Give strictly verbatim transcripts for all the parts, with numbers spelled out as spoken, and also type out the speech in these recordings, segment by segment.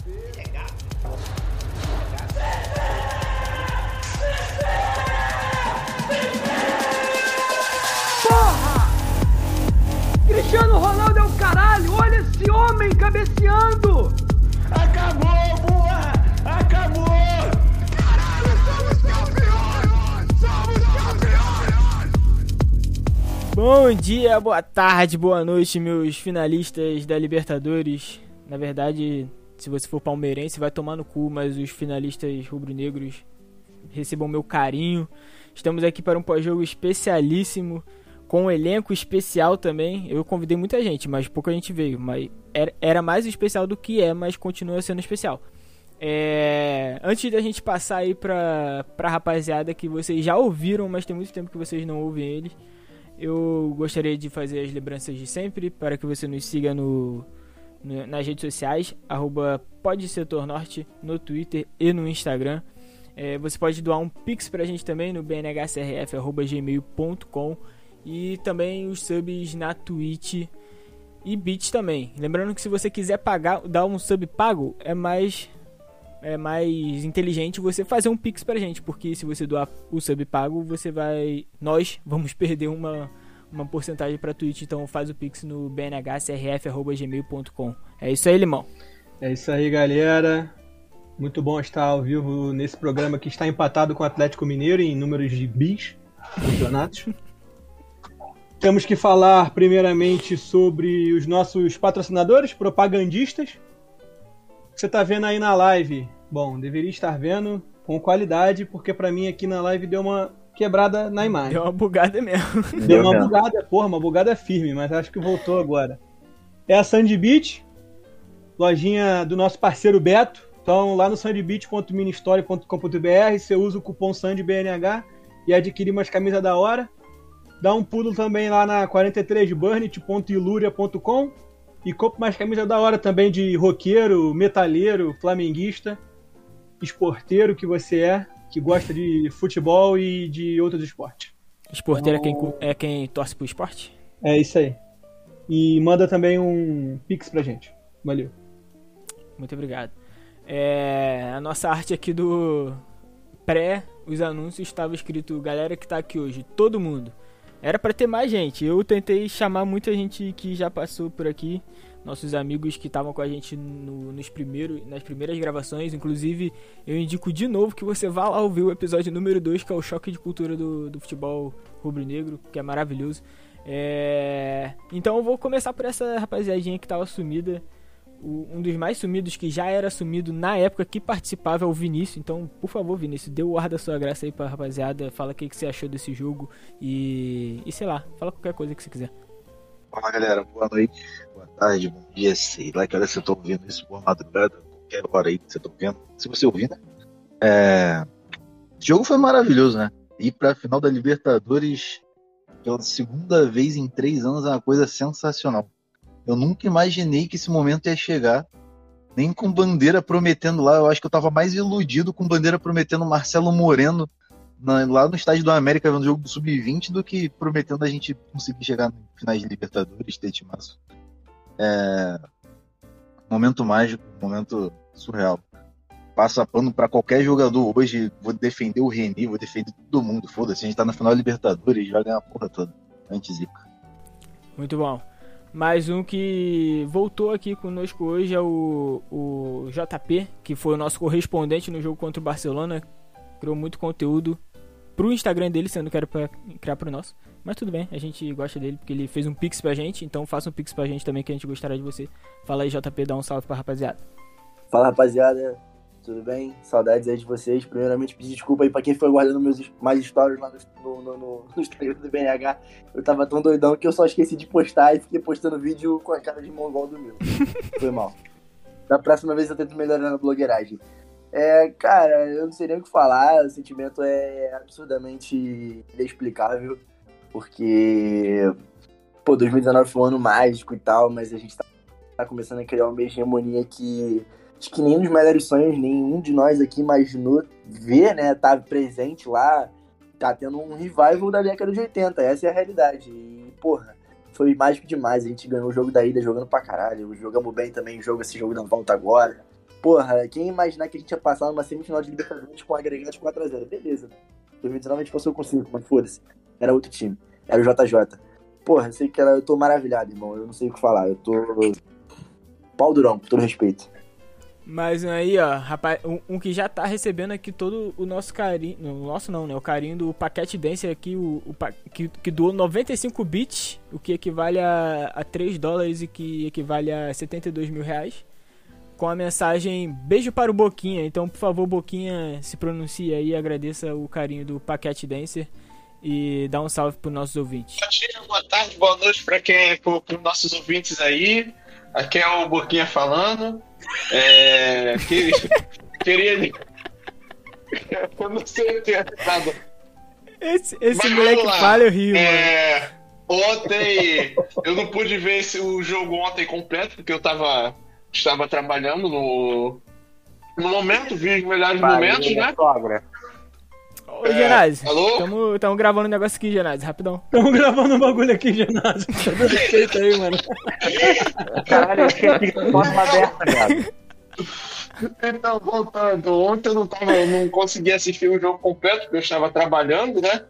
Porra! Cristiano Ronaldo é o caralho! Olha esse homem cabeceando! Acabou, porra! Acabou! Caralho, somos campeões! Somos campeões! Bom dia, boa tarde, boa noite, meus finalistas da Libertadores. Na verdade, se você for palmeirense, vai tomar no cu, mas os finalistas rubro-negros recebam meu carinho. Estamos aqui para um pós-jogo especialíssimo, com um elenco especial também. Eu convidei muita gente, mas pouca gente veio. Mas era, era mais especial do que é, mas continua sendo especial. É... Antes da gente passar aí pra, pra rapaziada que vocês já ouviram, mas tem muito tempo que vocês não ouvem eles, eu gostaria de fazer as lembranças de sempre, para que você nos siga no, no, nas redes sociais, arroba podsetornorte, no Twitter e no Instagram. É, você pode doar um pix pra gente também no b n h c r f arroba gmail ponto com e também os subs na Twitch e Bits também. Lembrando que se você quiser pagar, dar um sub pago, é mais, é mais inteligente você fazer um pix pra gente, porque se você doar o sub pago, você vai, nós vamos perder uma, uma porcentagem pra Twitch, então faz o pix no b n h c r f arroba gmail ponto com. É isso aí, Limão. É isso aí, galera. Muito bom estar ao vivo nesse programa que está empatado com o Atlético Mineiro em números de bis, campeonatos. Temos que falar primeiramente sobre os nossos patrocinadores, propagandistas. Você está vendo aí na live? Bom, deveria estar vendo com qualidade, porque para mim aqui na live deu uma quebrada na imagem. Deu uma bugada mesmo. Deu uma bugada, porra, uma bugada firme, mas acho que voltou agora. É a Sandbeat, lojinha do nosso parceiro Beto. Então, lá no sandbeat ponto ministore ponto com ponto b r, você usa o cupom SANDBNH e adquire umas camisas da hora. Dá um pulo também lá na quarenta e três burnit ponto iluria ponto com e compra umas camisas da hora também de roqueiro, metalheiro, flamenguista, esporteiro que você é, que gosta de futebol e de outros esportes. Esporteiro então, é, quem, é quem torce pro esporte? É isso aí. E manda também um pix pra gente. Valeu. Muito obrigado. É, a nossa arte aqui do pré, os anúncios, estava escrito galera que tá aqui hoje, todo mundo. Era pra ter mais gente, eu tentei chamar muita gente que já passou por aqui, nossos amigos que estavam com a gente no, nos primeiros, nas primeiras gravações. Inclusive eu indico de novo que você vá lá ouvir o episódio número dois, que é o choque de cultura do, do futebol rubro-negro, que é maravilhoso. É, então eu vou começar por essa rapaziadinha que tava sumida. O, um dos mais sumidos, que já era sumido na época que participava, é o Vinícius. Então, por favor, Vinícius, dê o ar da sua graça aí pra rapaziada. Fala o que, que você achou desse jogo e, e sei lá, fala qualquer coisa que você quiser. Fala, galera, boa noite, boa tarde, bom dia, sei lá que hora você tá ouvindo isso, boa madrugada, qualquer hora aí que você tá ouvindo, se você ouvir, né? É... O jogo foi maravilhoso, né? Ir pra final da Libertadores pela segunda vez em três anos é uma coisa sensacional. Eu nunca imaginei que esse momento ia chegar, nem com Bandeira prometendo lá. Eu acho que eu tava mais iludido com Bandeira prometendo Marcelo Moreno na, lá no estádio do América vendo o jogo do sub vinte do que prometendo a gente conseguir chegar no finais de Libertadores, ter timaço. É... Momento mágico, momento surreal. Passa pano pra qualquer jogador hoje. Vou defender o Reni, vou defender todo mundo. Foda-se, a gente tá na final da Libertadores, vai ganhar a porra toda. Anti-zica. Muito bom. Mais um que voltou aqui conosco hoje é o, o J P, que foi o nosso correspondente no jogo contra o Barcelona. Criou muito conteúdo pro Instagram dele, sendo que era pra criar pro nosso. Mas tudo bem, a gente gosta dele porque ele fez um pix pra gente. Então faça um pix pra gente também, que a gente gostaria de você. Fala aí, J P, dá um salve pra rapaziada. Fala, rapaziada. Tudo bem? Saudades aí de vocês. Primeiramente, pedir desculpa aí pra quem foi guardando meus mais stories lá no, no, no, no Instagram do B N H. Eu tava tão doidão que eu só esqueci de postar e fiquei postando vídeo com a cara de mongol do meu. Foi mal. Da próxima vez eu tento melhorar na blogueiragem. É, cara, eu não sei nem o que falar. O sentimento é absurdamente inexplicável. Porque, pô, dois mil e dezenove foi um ano mágico e tal, mas a gente tá, tá começando a criar uma hegemonia que... acho que nem nos melhores sonhos, nenhum de nós aqui imaginou ver, né, tá presente lá, tá tendo um revival da década de oitenta, essa é a realidade. E, porra, foi mágico demais, a gente ganhou o jogo da ida jogando pra caralho, jogamos bem também o jogo, esse jogo da volta agora. Porra, quem ia imaginar que a gente ia passar numa semifinal de Libertadores com um agregado de quatro a zero? Beleza. dois mil e dezenove a gente passou com cinco, mas foda-se. Era outro time. Era o J J. Porra, eu sei que era, eu tô maravilhado, irmão. Eu não sei o que falar. Eu tô... pau durão, com todo respeito. Mas aí, ó, rapaz, um, um que já tá recebendo aqui todo o nosso carinho. O nosso não, né? O carinho do Paquete Dancer aqui, o, o, que, que doou noventa e cinco bits, o que equivale a, a três dólares e que equivale a setenta e dois mil reais. Com a mensagem beijo para o Boquinha. Então, por favor, Boquinha, se pronuncie aí, agradeça o carinho do Paquete Dancer e dá um salve pros nossos ouvintes. Bom dia, boa tarde, boa noite para quem, para os nossos ouvintes aí. Aqui é o Boquinha falando. É, queria, queria. Eu não sei o que é nada. Esse, esse Mas moleque vamos lá. fala, eu rio, É, mano. Ontem eu não pude ver esse, o jogo ontem completo, porque eu tava, estava trabalhando no, no momento, vi os melhores momentos, né? Sogra. Ô, Genásio, alô? tamo, tamo gravando um negócio aqui, Genásio, rapidão. Estamos gravando um bagulho aqui, Genásio. Tá dando respeito aí, mano. Caralho, eu esqueci que porta aberta, viado. Então, voltando, ontem eu não, tava, eu não consegui assistir o jogo completo, porque eu estava trabalhando, né?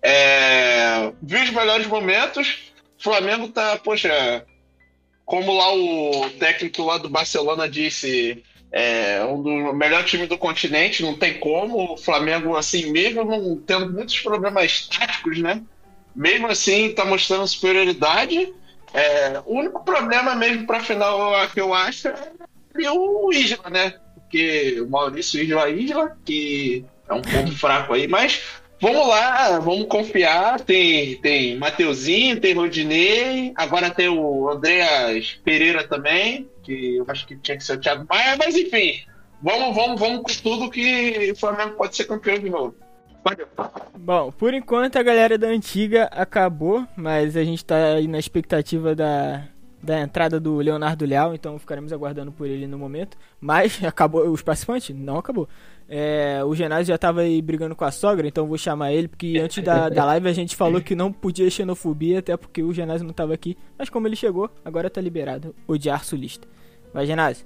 É, vi os melhores momentos. O Flamengo tá, poxa, como lá o técnico lá do Barcelona disse, é um dos melhores times do continente, não tem como. O Flamengo, assim, mesmo não tendo muitos problemas táticos, né? Mesmo assim, tá mostrando superioridade. É, o único problema mesmo pra final que eu acho é o Isla, né? Porque o Maurício Isla Isla, que é um ponto fraco aí, mas vamos lá, vamos confiar. Tem, tem Mateuzinho, tem Rodinei, agora tem o Andreas Pereira também, que eu acho que tinha que ser o Thiago Maia, mas enfim, vamos, vamos, vamos com tudo que o Flamengo pode ser campeão de novo. Valeu. Bom, por enquanto a galera da antiga acabou, mas a gente tá aí na expectativa da, da entrada do Leonardo Leal, então ficaremos aguardando por ele no momento. Mas acabou os participantes? Não acabou. É, o Genásio já tava aí brigando com a sogra, então eu vou chamar ele, porque antes da, da live a gente falou que não podia xenofobia, até porque o Genásio não tava aqui. Mas como ele chegou, agora tá liberado. Odiar sulista. Vai, Genásio.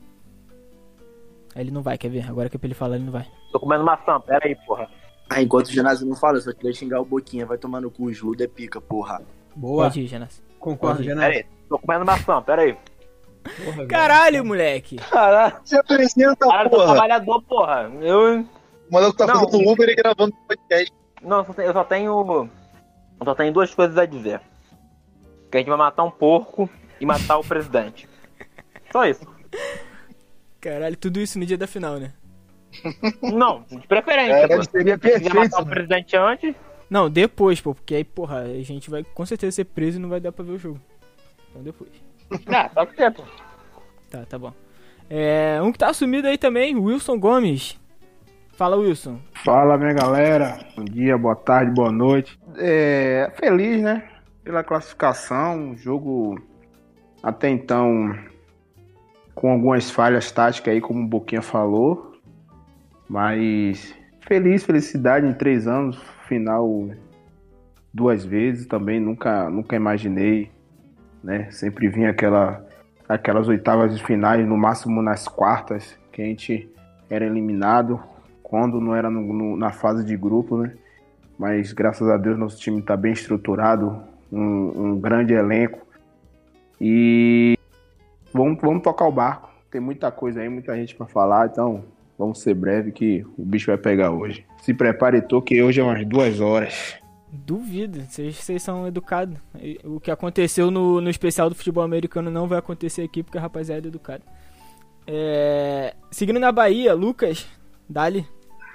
Aí ele não vai, quer ver? Agora que é pra ele falar, ele não vai. Tô comendo maçã, pera aí, porra. Ah, enquanto o Genásio não fala, eu só queria xingar o Boquinha. Vai tomar no cu, o Sludo é pica, porra. Boa. Pode ir, Genásio. Concordo, Pode ir. Pera Genásio. aí, tô comendo maçã, pera aí. Porra, velho. Caralho, moleque! Caralho, Se apresenta, cara, eu sou porra. trabalhador, porra. Eu. O maluco tá Não. fazendo Uber e gravando podcast. Não, eu só tenho. Eu só tenho, eu só tenho duas coisas a dizer. Que a gente vai matar um porco e matar o presidente. Só isso. Caralho, tudo isso no dia da final, né? Não, de preferência. É, pô. seria Se quiser perfeito. matar o né? presidente antes. Não, depois, pô, porque aí, porra, a gente vai com certeza ser preso e não vai dar pra ver o jogo. Então depois. Ah, tá que tempo. Tá, tá bom. É, um que tá sumido aí também, Wilson Gomes. Fala, Wilson. Fala, minha galera. Bom dia, boa tarde, boa noite. É, feliz, né? Pela classificação. Um jogo até então com algumas falhas táticas aí, como o Boquinha falou. Mas feliz, felicidade em três anos. Final duas vezes também. Nunca, nunca imaginei, né? Sempre vinha aquela, aquelas oitavas de finais, no máximo nas quartas, que a gente era eliminado. Quando não era no, no, na fase de grupo, né? Mas graças a Deus nosso time está bem estruturado, um, um grande elenco. E vamos, vamos tocar o barco. Tem muita coisa aí, muita gente para falar, então vamos ser breve que o bicho vai pegar hoje. Se prepare, tô, que hoje é umas duas horas. Duvido, vocês, vocês são educados. O que aconteceu no, no especial do futebol americano não vai acontecer aqui, porque a rapaziada é educada. É, seguindo na Bahia, Lucas, dali.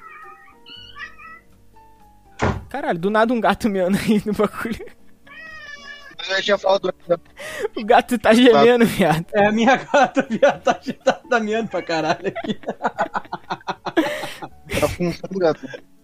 Caralho, do nada um gato meando aí no bagulho. Eu já tinha falado. O gato tá gemendo, viado. É a minha gata, viado, tá, tá, tá miando pra caralho aqui. Tá funcionando, gato.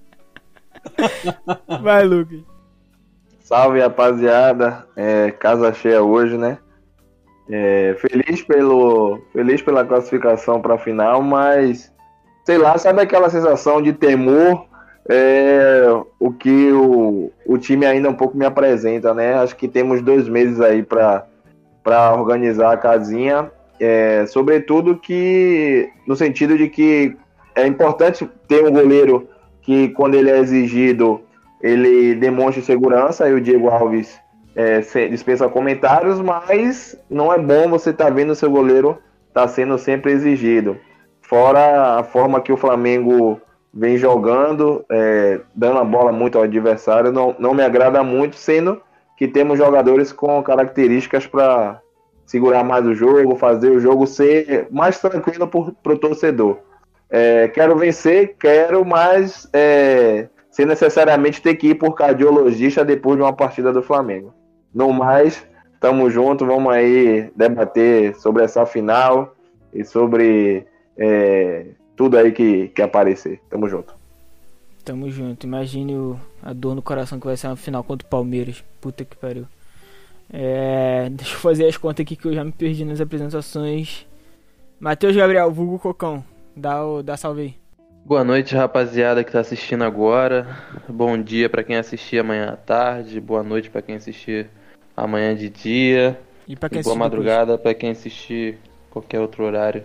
Vai, Lucas. Salve, rapaziada. É, casa cheia hoje, né? É, feliz, pelo, feliz pela classificação para a final, mas sei lá, sabe aquela sensação de temor? É, o que o, o time ainda um pouco me apresenta, né? Acho que temos dois meses aí para para organizar a casinha É, sobretudo que, no sentido de que é importante ter um goleiro que, quando ele é exigido, ele demonstre segurança, e o Diego Alves é, dispensa comentários, mas não é bom você estar tá vendo o seu goleiro tá sendo sempre exigido. Fora a forma que o Flamengo vem jogando, é, dando a bola muito ao adversário, não, não me agrada muito, sendo que temos jogadores com características para segurar mais o jogo, fazer o jogo ser mais tranquilo para o torcedor. É, quero vencer, quero, mas é, sem necessariamente ter que ir por cardiologista depois de uma partida do Flamengo. No mais, tamo junto, vamos aí debater sobre essa final e sobre é, tudo aí que, que aparecer. Tamo junto. Tamo junto. Imagine o, a dor no coração que vai ser uma final contra o Palmeiras. Puta que pariu. É, deixa eu fazer as contas aqui que eu já me perdi nas apresentações. Matheus Gabriel, vulgo Cocão. Dá, o, dá salve aí. Boa noite, rapaziada que tá assistindo agora. Bom dia pra quem assistir amanhã à tarde. Boa noite pra quem assistir amanhã de dia. E, pra quem e boa madrugada depois. Pra quem assistir qualquer outro horário.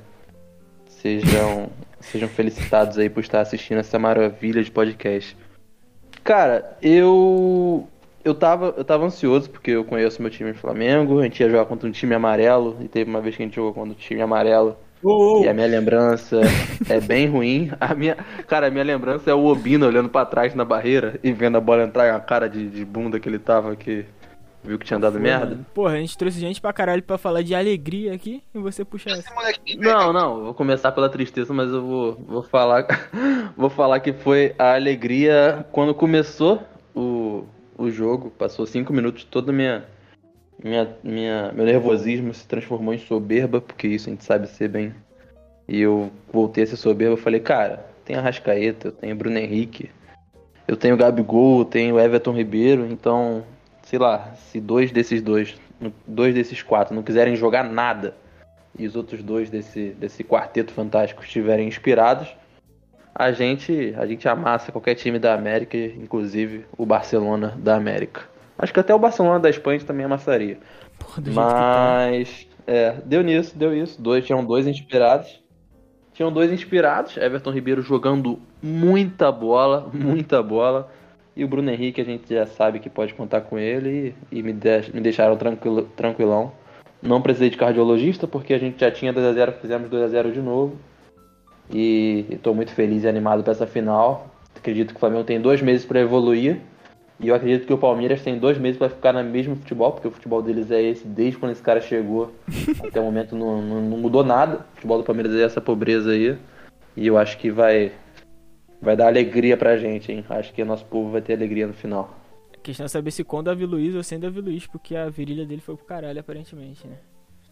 Sejam, sejam felicitados aí por estar assistindo essa maravilha de podcast. Cara, eu eu tava, eu tava ansioso porque eu conheço meu time Flamengo. A gente ia jogar contra um time amarelo e teve uma vez que a gente jogou contra um time amarelo. Oh, oh. E a minha lembrança é bem ruim. A minha, cara, a minha lembrança é o Obina olhando pra trás na barreira e vendo a bola entrar, a cara de, de bunda que ele tava aqui. Viu que tinha dado Foi, merda? Mano. Porra, a gente trouxe gente pra caralho pra falar de alegria aqui e você puxa essa. Não, não, vou começar pela tristeza, mas eu vou, vou falar vou falar que foi a alegria quando começou o, o jogo. Passou cinco minutos, toda minha, minha, minha meu nervosismo se transformou em soberba, porque isso a gente sabe ser bem. E eu voltei a ser soberba, eu falei, cara, tem Arrascaeta, eu tenho Bruno Henrique, eu tenho Gabigol, eu tenho Everton Ribeiro, então... sei lá, se dois desses dois, dois desses quatro não quiserem jogar nada e os outros dois desse, desse quarteto fantástico estiverem inspirados, a gente, a gente amassa qualquer time da América, inclusive o Barcelona da América. Acho que até o Barcelona da Espanha também amassaria. Porra, do Mas, jeito que tá. é, deu nisso, deu isso. Dois, tinham dois inspirados. Tinham dois inspirados, Everton Ribeiro jogando muita bola, muita bola. E o Bruno Henrique a gente já sabe que pode contar com ele e, e me, de, me deixaram tranquilo, tranquilão. Não precisei de cardiologista porque a gente já tinha dois a zero, fizemos dois a zero de novo. E estou muito feliz e animado para essa final. Acredito que o Flamengo tem dois meses para evoluir. E eu acredito que o Palmeiras tem dois meses para ficar no mesmo futebol, porque o futebol deles é esse desde quando esse cara chegou. Até o momento não, não, não mudou nada. O futebol do Palmeiras é essa pobreza aí. E eu acho que vai... vai dar alegria pra gente, hein? Acho que o nosso povo vai ter alegria no final. A questão é saber se com Davi Luiz ou sem Davi Luiz, porque a virilha dele foi pro caralho, aparentemente, né?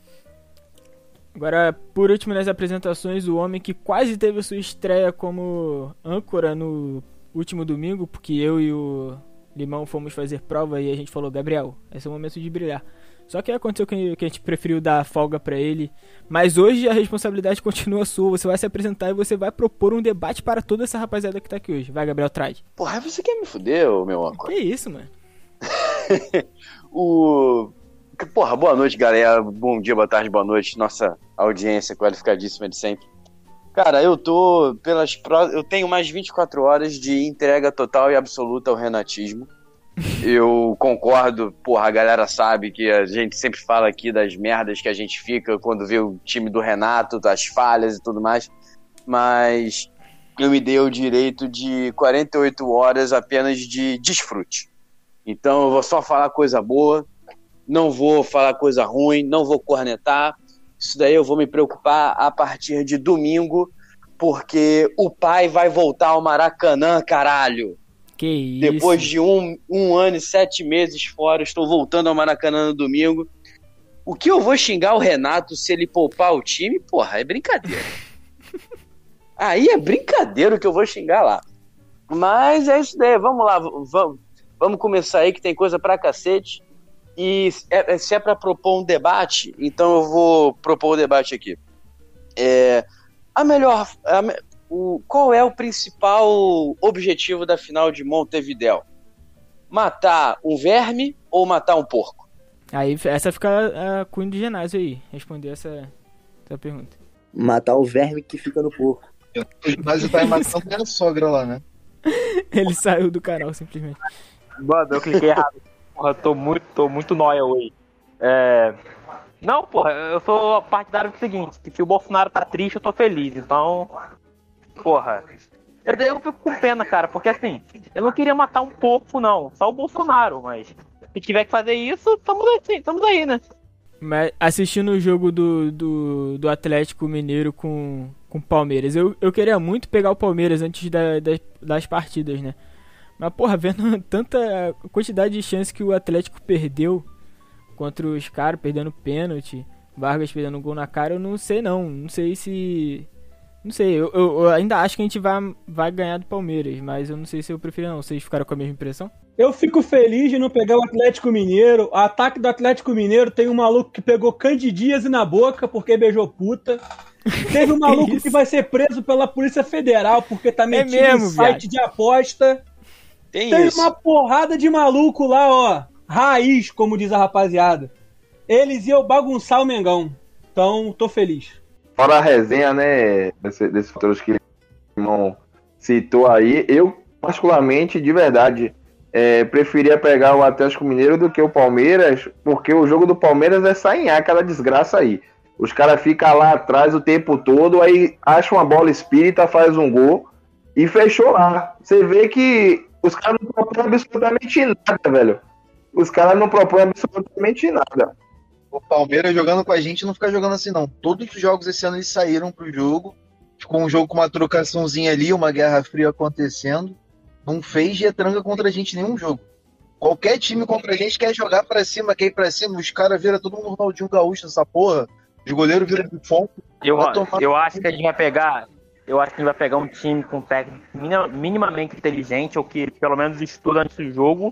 Agora, por último nas apresentações, o homem que quase teve a sua estreia como âncora no último domingo, porque eu e o Limão fomos fazer prova e a gente falou, Gabriel, esse é o momento de brilhar. Só que aconteceu que a gente preferiu dar folga pra ele. Mas hoje a responsabilidade continua sua. Você vai se apresentar e você vai propor um debate para toda essa rapaziada que tá aqui hoje. Vai, Gabriel, traz. Porra, você quer me fuder, meu âncora? Que isso, mano? o... Porra, boa noite, galera. Bom dia, boa tarde, boa noite. Nossa audiência qualificadíssima de sempre. Cara, eu tô pelas pro... Eu tenho mais de vinte e quatro horas de entrega total e absoluta ao renatismo. Eu concordo, porra, a galera sabe que a gente sempre fala aqui das merdas que a gente fica quando vê o time do Renato, das falhas e tudo mais, mas eu me dei o direito de quarenta e oito horas apenas de desfrute. Então eu vou só falar coisa boa, não vou falar coisa ruim, não vou cornetar. Isso daí eu vou me preocupar a partir de domingo, porque o pai vai voltar ao Maracanã, caralho. Que isso. Depois de um, um ano e sete meses fora, estou voltando ao Maracanã no domingo. O que eu vou xingar o Renato se ele poupar o time? Porra, é brincadeira. Aí é brincadeira o que eu vou xingar lá. Mas é isso daí, vamos lá, vamos, vamos começar aí que tem coisa pra cacete. E é, se é pra propor um debate, então eu vou propor o debate aqui. É, a melhor... A, O, qual é o principal objetivo da final de Montevidéu? Matar um verme ou matar um porco? Aí essa fica a Cunha do ginásio aí, responder essa, Tua pergunta. Matar o verme que fica no porco. Mas o pai matando era sogra lá, né? Ele saiu do canal, simplesmente. Mano, eu cliquei errado. Porra, tô muito, tô muito nóia hoje. É... Não, porra, eu sou partidário do seguinte, que se o Bolsonaro tá triste, eu tô feliz. Então, porra... Eu, eu fico com pena, cara, porque assim, eu não queria matar um porco, não. Só o Bolsonaro, mas... Se tiver que fazer isso, estamos aí, tamo aí, né? Mas assistindo o jogo do, do, do Atlético Mineiro com o Palmeiras, eu, eu queria muito pegar o Palmeiras antes da, das, das partidas, né? Mas, porra, vendo tanta quantidade de chance que o Atlético perdeu contra os caras, perdendo pênalti, Vargas perdendo um gol na cara, eu não sei não. Não sei se... Não sei, eu, eu, eu ainda acho que a gente vai, vai ganhar do Palmeiras, mas eu não sei se eu prefiro não. Vocês ficaram com a mesma impressão? Eu fico feliz de não pegar o Atlético Mineiro. O ataque do Atlético Mineiro tem um maluco que pegou candidíase na boca porque beijou puta. Teve um maluco que, que vai ser preso pela Polícia Federal porque tá metido é mesmo, em site viado. de aposta. Tem, tem isso. uma porrada de maluco lá, ó. Raiz, como diz a rapaziada. Eles iam bagunçar o Mengão. Então, tô feliz. Fora a resenha, né, desses desse fatores que o irmão citou aí, eu, particularmente, de verdade, é, preferia pegar o Atlético Mineiro do que o Palmeiras, porque o jogo do Palmeiras é sair aquela desgraça aí. Os caras ficam lá atrás o tempo todo, aí acham uma bola espírita, faz um gol e fechou lá. Você vê que os caras não propõem absolutamente nada, velho. Os caras não propõem absolutamente nada. O Palmeiras jogando com a gente não fica jogando assim, não. Todos os jogos esse ano eles saíram pro jogo. Ficou um jogo com uma trocaçãozinha ali, uma guerra fria acontecendo. Não fez retranca contra a gente nenhum jogo. Qualquer time contra a gente quer jogar pra cima, quer ir pra cima. Os caras viram todo mundo Ronaldinho Gaúcho nessa porra. Os goleiros viram Buffon. Eu, eu acho que a gente vai pegar... Eu acho que a gente vai pegar um time com técnico minimamente inteligente, ou que pelo menos estuda antes do jogo.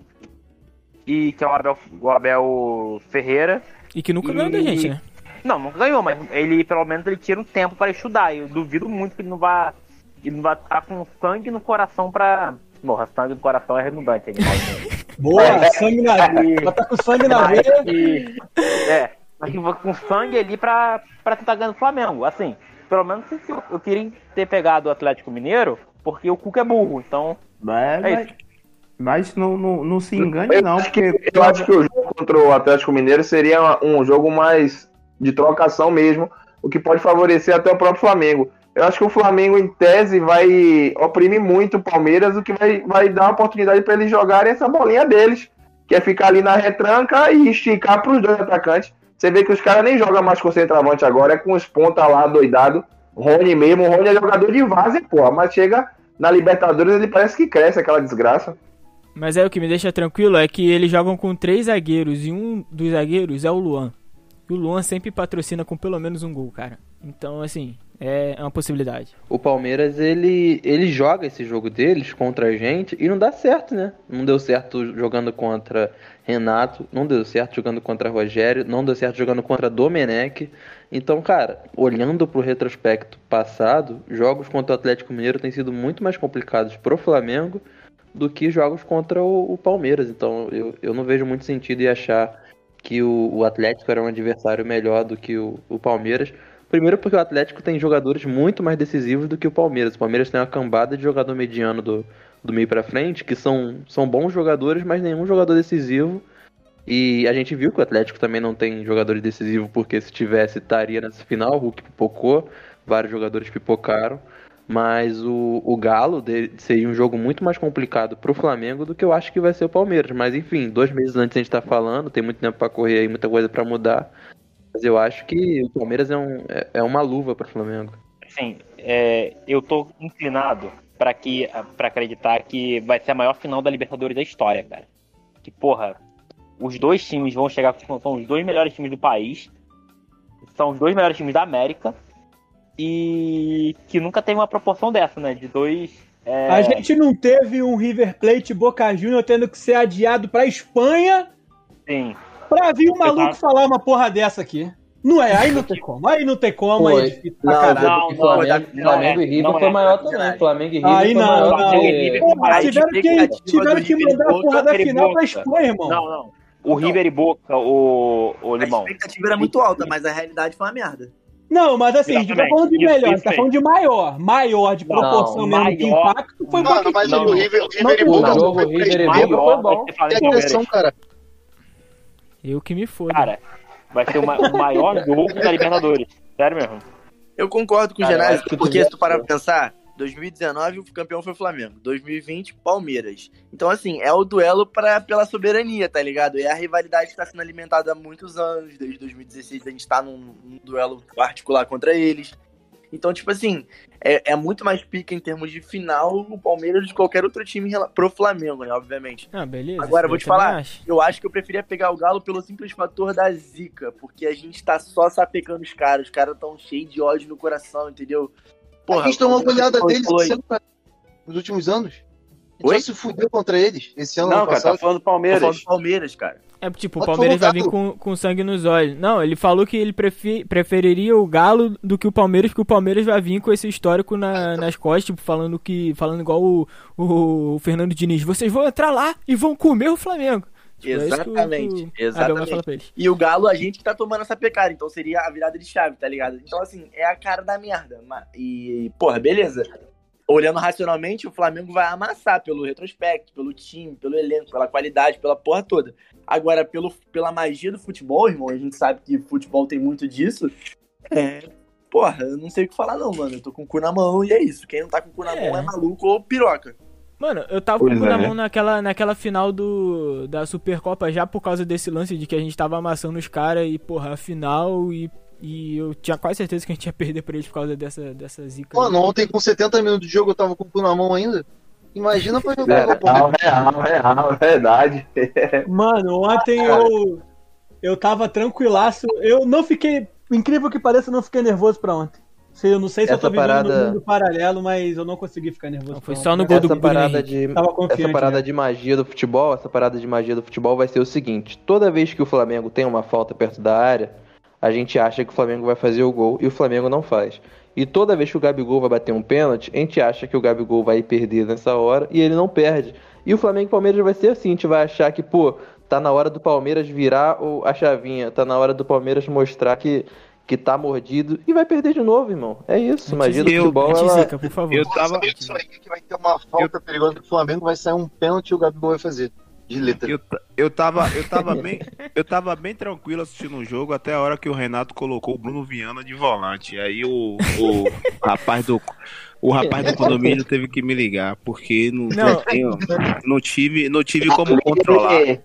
E que é o Abel, o Abel Ferreira. E que nunca ganhou da gente, né? Não, nunca ganhou, mas ele pelo menos ele tira um tempo para estudar. Eu duvido muito que ele não vá ele não vai estar com sangue no coração pra... Porra, sangue no coração é redundante. Boa, é, sangue na veia. Ela tá com sangue na veia. Que, é, mas com sangue ali pra, pra tentar ganhar o Flamengo. Assim, pelo menos eu, eu queria ter pegado o Atlético Mineiro, porque o Cuca é burro, então... Mas, é mas, isso. mas não, não, não se engane, eu não, acho porque... Que, eu acho que o jogo contra o Atlético Mineiro seria um jogo mais de trocação mesmo, o que pode favorecer até o próprio Flamengo. Eu acho que o Flamengo, em tese, vai oprimir muito o Palmeiras, o que vai, vai dar uma oportunidade para eles jogarem essa bolinha deles, que é ficar ali na retranca e esticar para os dois atacantes. Você vê que os caras nem jogam mais com centroavante agora, é com os pontas lá doidado. Rony mesmo, o Rony é jogador de várzea, porra, mas chega na Libertadores ele parece que cresce aquela desgraça. Mas aí o que me deixa tranquilo é que eles jogam com três zagueiros e um dos zagueiros é o Luan. E o Luan sempre patrocina com pelo menos um gol, cara. Então, assim, é uma possibilidade. O Palmeiras, ele, ele joga esse jogo deles contra a gente e não dá certo, né? Não deu certo jogando contra Renato, não deu certo jogando contra Rogério, não deu certo jogando contra Domenech. Então, cara, olhando pro retrospecto passado, jogos contra o Atlético Mineiro têm sido muito mais complicados pro Flamengo do que jogos contra o, o Palmeiras. Então, eu, eu não vejo muito sentido em achar que o, o Atlético era um adversário melhor do que o, o Palmeiras. Primeiro porque o Atlético tem jogadores muito mais decisivos do que o Palmeiras. O Palmeiras tem uma cambada de jogador mediano do, do meio pra frente, que são, são bons jogadores, mas nenhum jogador decisivo. E a gente viu que o Atlético também não tem jogadores decisivos, porque se tivesse, estaria nessa final. O Hulk pipocou, vários jogadores pipocaram. Mas o, o Galo de, seria um jogo muito mais complicado pro Flamengo do que eu acho que vai ser o Palmeiras. Mas enfim, dois meses antes a gente tá falando, tem muito tempo pra correr aí, muita coisa pra mudar. Mas eu acho que o Palmeiras é, um, é, é uma luva pro Flamengo. Sim, é, eu tô inclinado pra, que, pra acreditar que vai ser a maior final da Libertadores da história, cara. Que, porra, os dois times vão chegar, são os dois melhores times do país, são os dois melhores times da América, e que nunca teve uma proporção dessa, né? De dois... É... A gente não teve um River Plate Boca Juniors tendo que ser adiado pra Espanha. Sim. Pra vir um maluco tava... falar uma porra dessa aqui. Não é, aí não tem como, aí não tem como, foi. Aí é difícil não, pra caralho. Não, não, Flamengo, não, Flamengo é, e River foi maior também, Flamengo e River aí foi não, maior não, também. Porra, tiveram que, tiveram que mandar a porra da final pra Espanha, irmão. Não, não. O River e Boca, o, o Limão. A expectativa era muito alta, mas a realidade foi uma merda. Não, mas assim, a gente tá Exatamente. falando de Isso, melhor, a isso gente tá aí. falando de maior. Maior de Não, proporção mesmo, de maior- impacto, foi um Mano, pouquinho. mas Não, o não. River, o Não, River e não, Boca o só jogo foi River e três Boca gols. foi bom. vai ser Flamengo e Que agressão, Palmeiras. cara. Eu que me fodo. Cara, vai ser o ma- o maior jogo da Libertadores. Sério mesmo. Eu concordo com o Cara, eu Genásio, acho que tu porque vê- se tu parar pra pensar, dois mil e dezenove o campeão foi o Flamengo, dois mil e vinte Palmeiras. Então, assim, é o duelo pra, pela soberania, tá ligado? É a rivalidade que tá sendo alimentada há muitos anos, desde dois mil e dezesseis a gente tá num, num duelo particular contra eles. Então, tipo assim, é, é muito mais pica em termos de final o Palmeiras do que qualquer outro time em rela- pro Flamengo, né, obviamente. Ah, beleza. Agora, isso vou eu te também falar, acho. eu acho que eu preferia pegar o Galo pelo simples fator da zica, porque a gente tá só sapecando os caras, os caras tão cheios de ódio no coração, entendeu? a gente tomou como goleada você deles falou aí. esse ano, cara, nos últimos anos. A gente Oi? só se fudeu contra eles esse ano, Não, ano cara, tá passado. falando do Tô falando Palmeiras. do Palmeiras, cara. É tipo, o Mas Palmeiras foi vai o vir Galo. com, com sangue nos olhos. Não, ele falou que ele prefi- preferiria o Galo do que o Palmeiras, porque o Palmeiras vai vir com esse histórico na- nas costas, tipo, falando que. Falando igual o, o, o Fernando Diniz. Vocês vão entrar lá e vão comer o Flamengo. Tipo, é isso que o- Exatamente, que o Abel vai exatamente. falar pra eles. E o Galo, a gente que tá tomando essa pecada, então seria a virada de chave, tá ligado? Então, assim, é a cara da merda. ma- E, porra, beleza. Olhando racionalmente, o Flamengo vai amassar pelo retrospecto, pelo time, pelo elenco, pela qualidade, pela porra toda. Agora, pelo, pela magia do futebol, irmão, a gente sabe que futebol tem muito disso. É. Porra, eu não sei o que falar, não, mano. Eu tô com o cu na mão e é isso. Quem não tá com o cu na É. mão é maluco ou piroca. Mano, eu tava com o Pois cu na é. mão naquela, naquela final do, da Supercopa já por causa desse lance de que a gente tava amassando os caras e, porra, a final e, e eu tinha quase certeza que a gente ia perder pra eles por causa dessa, dessa zica. aí. Mano, ontem com setenta minutos de jogo eu tava com o cu na mão ainda. Imagina pra jogar É, com o Palmeiras. real, real, real, verdade. Mano, ontem eu, eu tava tranquilaço. Eu não fiquei, incrível que pareça, eu não fiquei nervoso pra ontem. Se- Eu não sei se eu Essa tô vivendo parada- no mundo paralelo, mas eu não consegui ficar nervoso. Não, foi pra só ontem. no gol do Essa Bruno parada Henrique. de Tava confiante, essa parada né? de magia do futebol, essa parada de magia do futebol vai ser o seguinte: toda vez que o Flamengo tem uma falta perto da área, a gente acha que o Flamengo vai fazer o gol e o Flamengo não faz. E toda vez que o Gabigol vai bater um pênalti, a gente acha que o Gabigol vai perder nessa hora e ele não perde. E o Flamengo e o Palmeiras vai ser assim, a gente vai achar que, pô, tá na hora do Palmeiras virar o- a chavinha, tá na hora do Palmeiras mostrar que, que tá mordido e vai perder de novo, irmão. É isso, magia do Eu- futebol, Antes ela... zica, por favor. Eu tava, Isso aí que vai ter uma falta perigosa que o Flamengo vai sair um pênalti e o Gabigol vai fazer. De letra. eu, ta- eu tava, eu tava bem, eu tava bem tranquilo assistindo o jogo até a hora que o Renato colocou o Bruno Viana de volante. Aí o, o rapaz do o rapaz do condomínio teve que me ligar porque não, não. Não. tenho- não tive, não tive como controlar. Ali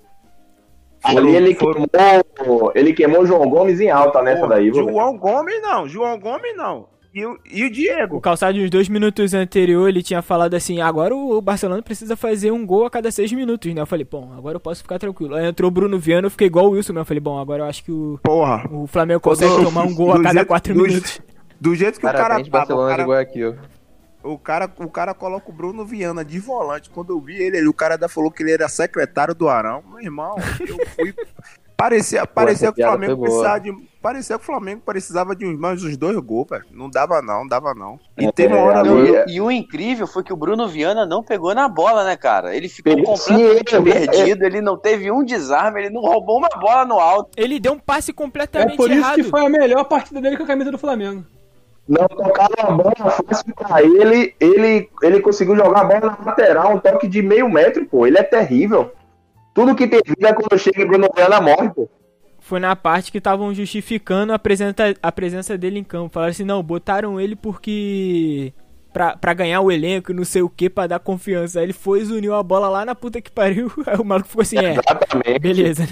Foram- ele foram- queimou, ele queimou o João Gomes em alta nessa daí, viu? João Gomes não, João Gomes não. E o, e o Diego? O Calçado, uns dois minutos anterior, ele tinha falado assim: agora o Barcelona precisa fazer um gol a cada seis minutos, né? Eu falei, bom, agora eu posso ficar tranquilo. Aí entrou o Bruno Viana, eu fiquei igual o Wilson, né? Eu falei, bom, agora eu acho que o, Porra. o Flamengo consegue Do- tomar um gol a do cada jeito- quatro do- minutos. Do jeito que o cara Parabéns, tava, o Barcelona de cara, Guayaquil. o, cara, o cara coloca o Bruno Viana de volante. Quando eu vi ele, ele o cara ainda falou que ele era secretário do Arão. Meu irmão, eu fui... Parecia, parecia essa que o piada Flamengo foi boa. precisava de. Parecia que o Flamengo precisava de uns, mais uns dois gols, velho. Não dava não, dava não. E É, teve uma hora Não, ali. e, e o incrível foi que o Bruno Viana não pegou na bola, né, cara? Ele ficou Ele- completamente sim, ele- perdido, ele não teve um desarme, ele não roubou uma bola no alto. Ele deu um passe É completamente por isso errado. que foi a melhor partida dele com a camisa do Flamengo. Não tocaram a bola fácil pra ele, ele, ele conseguiu jogar a bola na lateral, um toque de meio metro, pô. Ele é terrível. Tudo que tem vida é quando chega e Bruno Viana morre, pô. Foi na parte que estavam justificando a presença, a presença dele em campo. Falaram assim, não, botaram ele porque... Pra, pra ganhar o elenco e não sei o que, pra dar confiança. Aí ele foi e uniu a bola lá na puta que pariu. Aí o maluco ficou assim, é, Exatamente. beleza.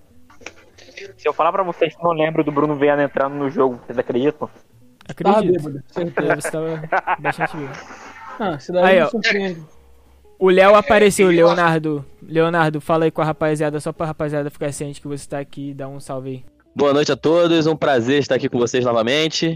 Se eu falar pra vocês que não lembro do Bruno Viana entrando no jogo, vocês acreditam? Tava Acredito. bêbado, É, certeza. você tava bastante bêbado. Ah, isso daí Aí, me ó. surpreende. O Léo apareceu, Leonardo. Leonardo, fala aí com a rapaziada, só pra rapaziada ficar ciente que você tá aqui e dá um salve aí. Boa noite a todos, um prazer estar aqui com vocês novamente.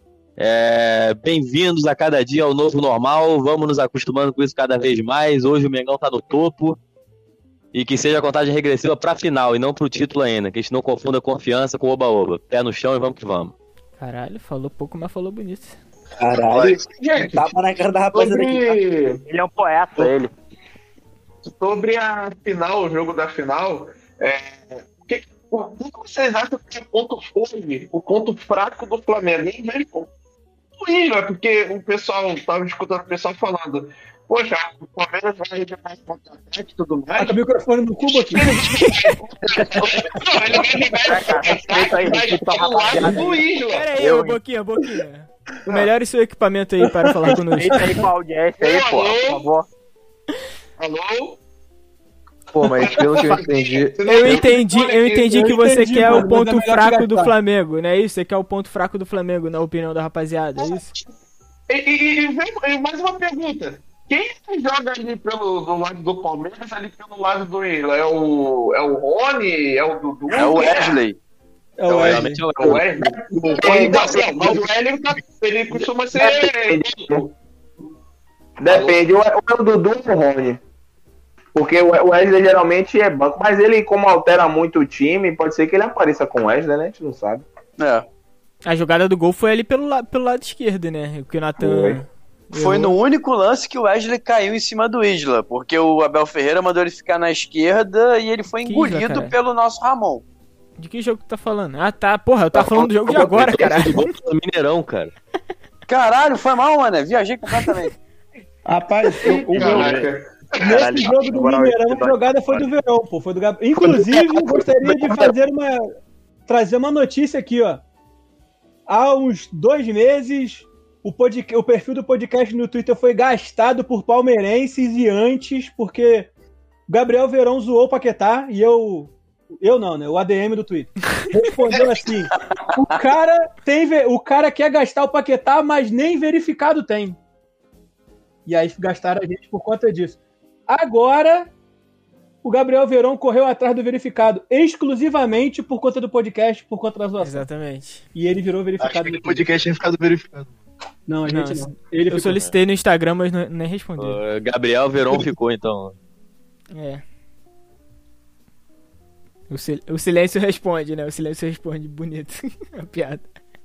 É, bem-vindos a cada dia ao novo normal, vamos nos acostumando com isso cada vez mais. Hoje o Mengão tá no topo e que seja a contagem regressiva pra final e não pro título ainda, que a gente não confunda confiança com oba-oba. Pé no chão e vamos que vamos. Caralho, falou pouco, mas falou bonito. Caralho, tapa na cara da rapaziada aqui. Sobre, Ele é um poeta, ele. sobre a final, o jogo da final, é, que- o que vocês acham que é o ponto forte, o ponto fraco do Flamengo? Em vez de o Isla, porque o pessoal, tava escutando o pessoal falando, poxa, o Palmeiras vai reger mais contra-ataque e tudo mais. Bota o microfone no cubo aqui. Não, ele vai reger contra-ataque, mas pelo lado do Isla. Pera aí, ô Boquinha, Boquinha. Melhore seu equipamento aí para falar conosco. Eita aí com a audiência aí, pô, por favor. Alô? Pô, mas pelo que eu entendi. Eu entendi, eu entendi Eu que você entendi, quer mano, o ponto mas é melhor fraco te do gastar. Flamengo, não é isso? Você quer o ponto fraco do Flamengo, na opinião da rapaziada, é isso? E, e, e, vem- e mais uma pergunta. Quem joga ali pelo do lado do Palmeiras, ali pelo lado do Isla? É o, é o Rony? É o Dudu? É o Wesley. É o Wesley. É o Wesley. Então, mas o Wesley tá- ele costuma ser. Depende, ou é ou é o Dudu ou o Rony. Porque o Wesley geralmente é banco, mas ele, como altera muito o time, pode ser que ele apareça com o Wesley, né? A gente não sabe. É. A jogada do gol foi ali pelo, la- pelo lado esquerdo, né? O que o Natan... Foi no único lance que o Wesley caiu em cima do Isla, porque o Abel Ferreira mandou ele ficar na esquerda e ele foi Que engolido Isla, cara? pelo nosso Ramon. De que jogo tu tá falando? Ah, tá. Porra, eu tava falando do jogo de agora, caralho. Mineirão, cara. Caralho, foi mal, mano. Viajei completamente. Rapaz, o, o meu. Caraca. Nesse jogo do Mineirão, a jogada foi do Verão, pô. Foi do Gab... Inclusive, gostaria de fazer uma. Trazer uma notícia aqui, ó. Há uns dois meses, o, pod... o perfil do podcast no Twitter foi gastado por palmeirenses e antes, porque o Gabriel Verão zoou o Paquetá e eu. Eu não, né? O A D M do Twitter. Respondeu assim: o cara, tem... ve- o cara quer gastar o Paquetá, mas nem verificado tem. E aí gastaram a gente por conta disso. Agora, o Gabriel Verón correu atrás do verificado exclusivamente por conta do podcast, por conta da zoação. Exatamente. E ele virou verificado. Acho que o podcast tinha ficado verificado. Não, a Não, gente não. Ele eu ficou- solicitei no Instagram, mas não, nem respondeu. Uh, Gabriel Verón ficou, então. É. O, sil- o silêncio responde, né? O silêncio responde bonito. A piada.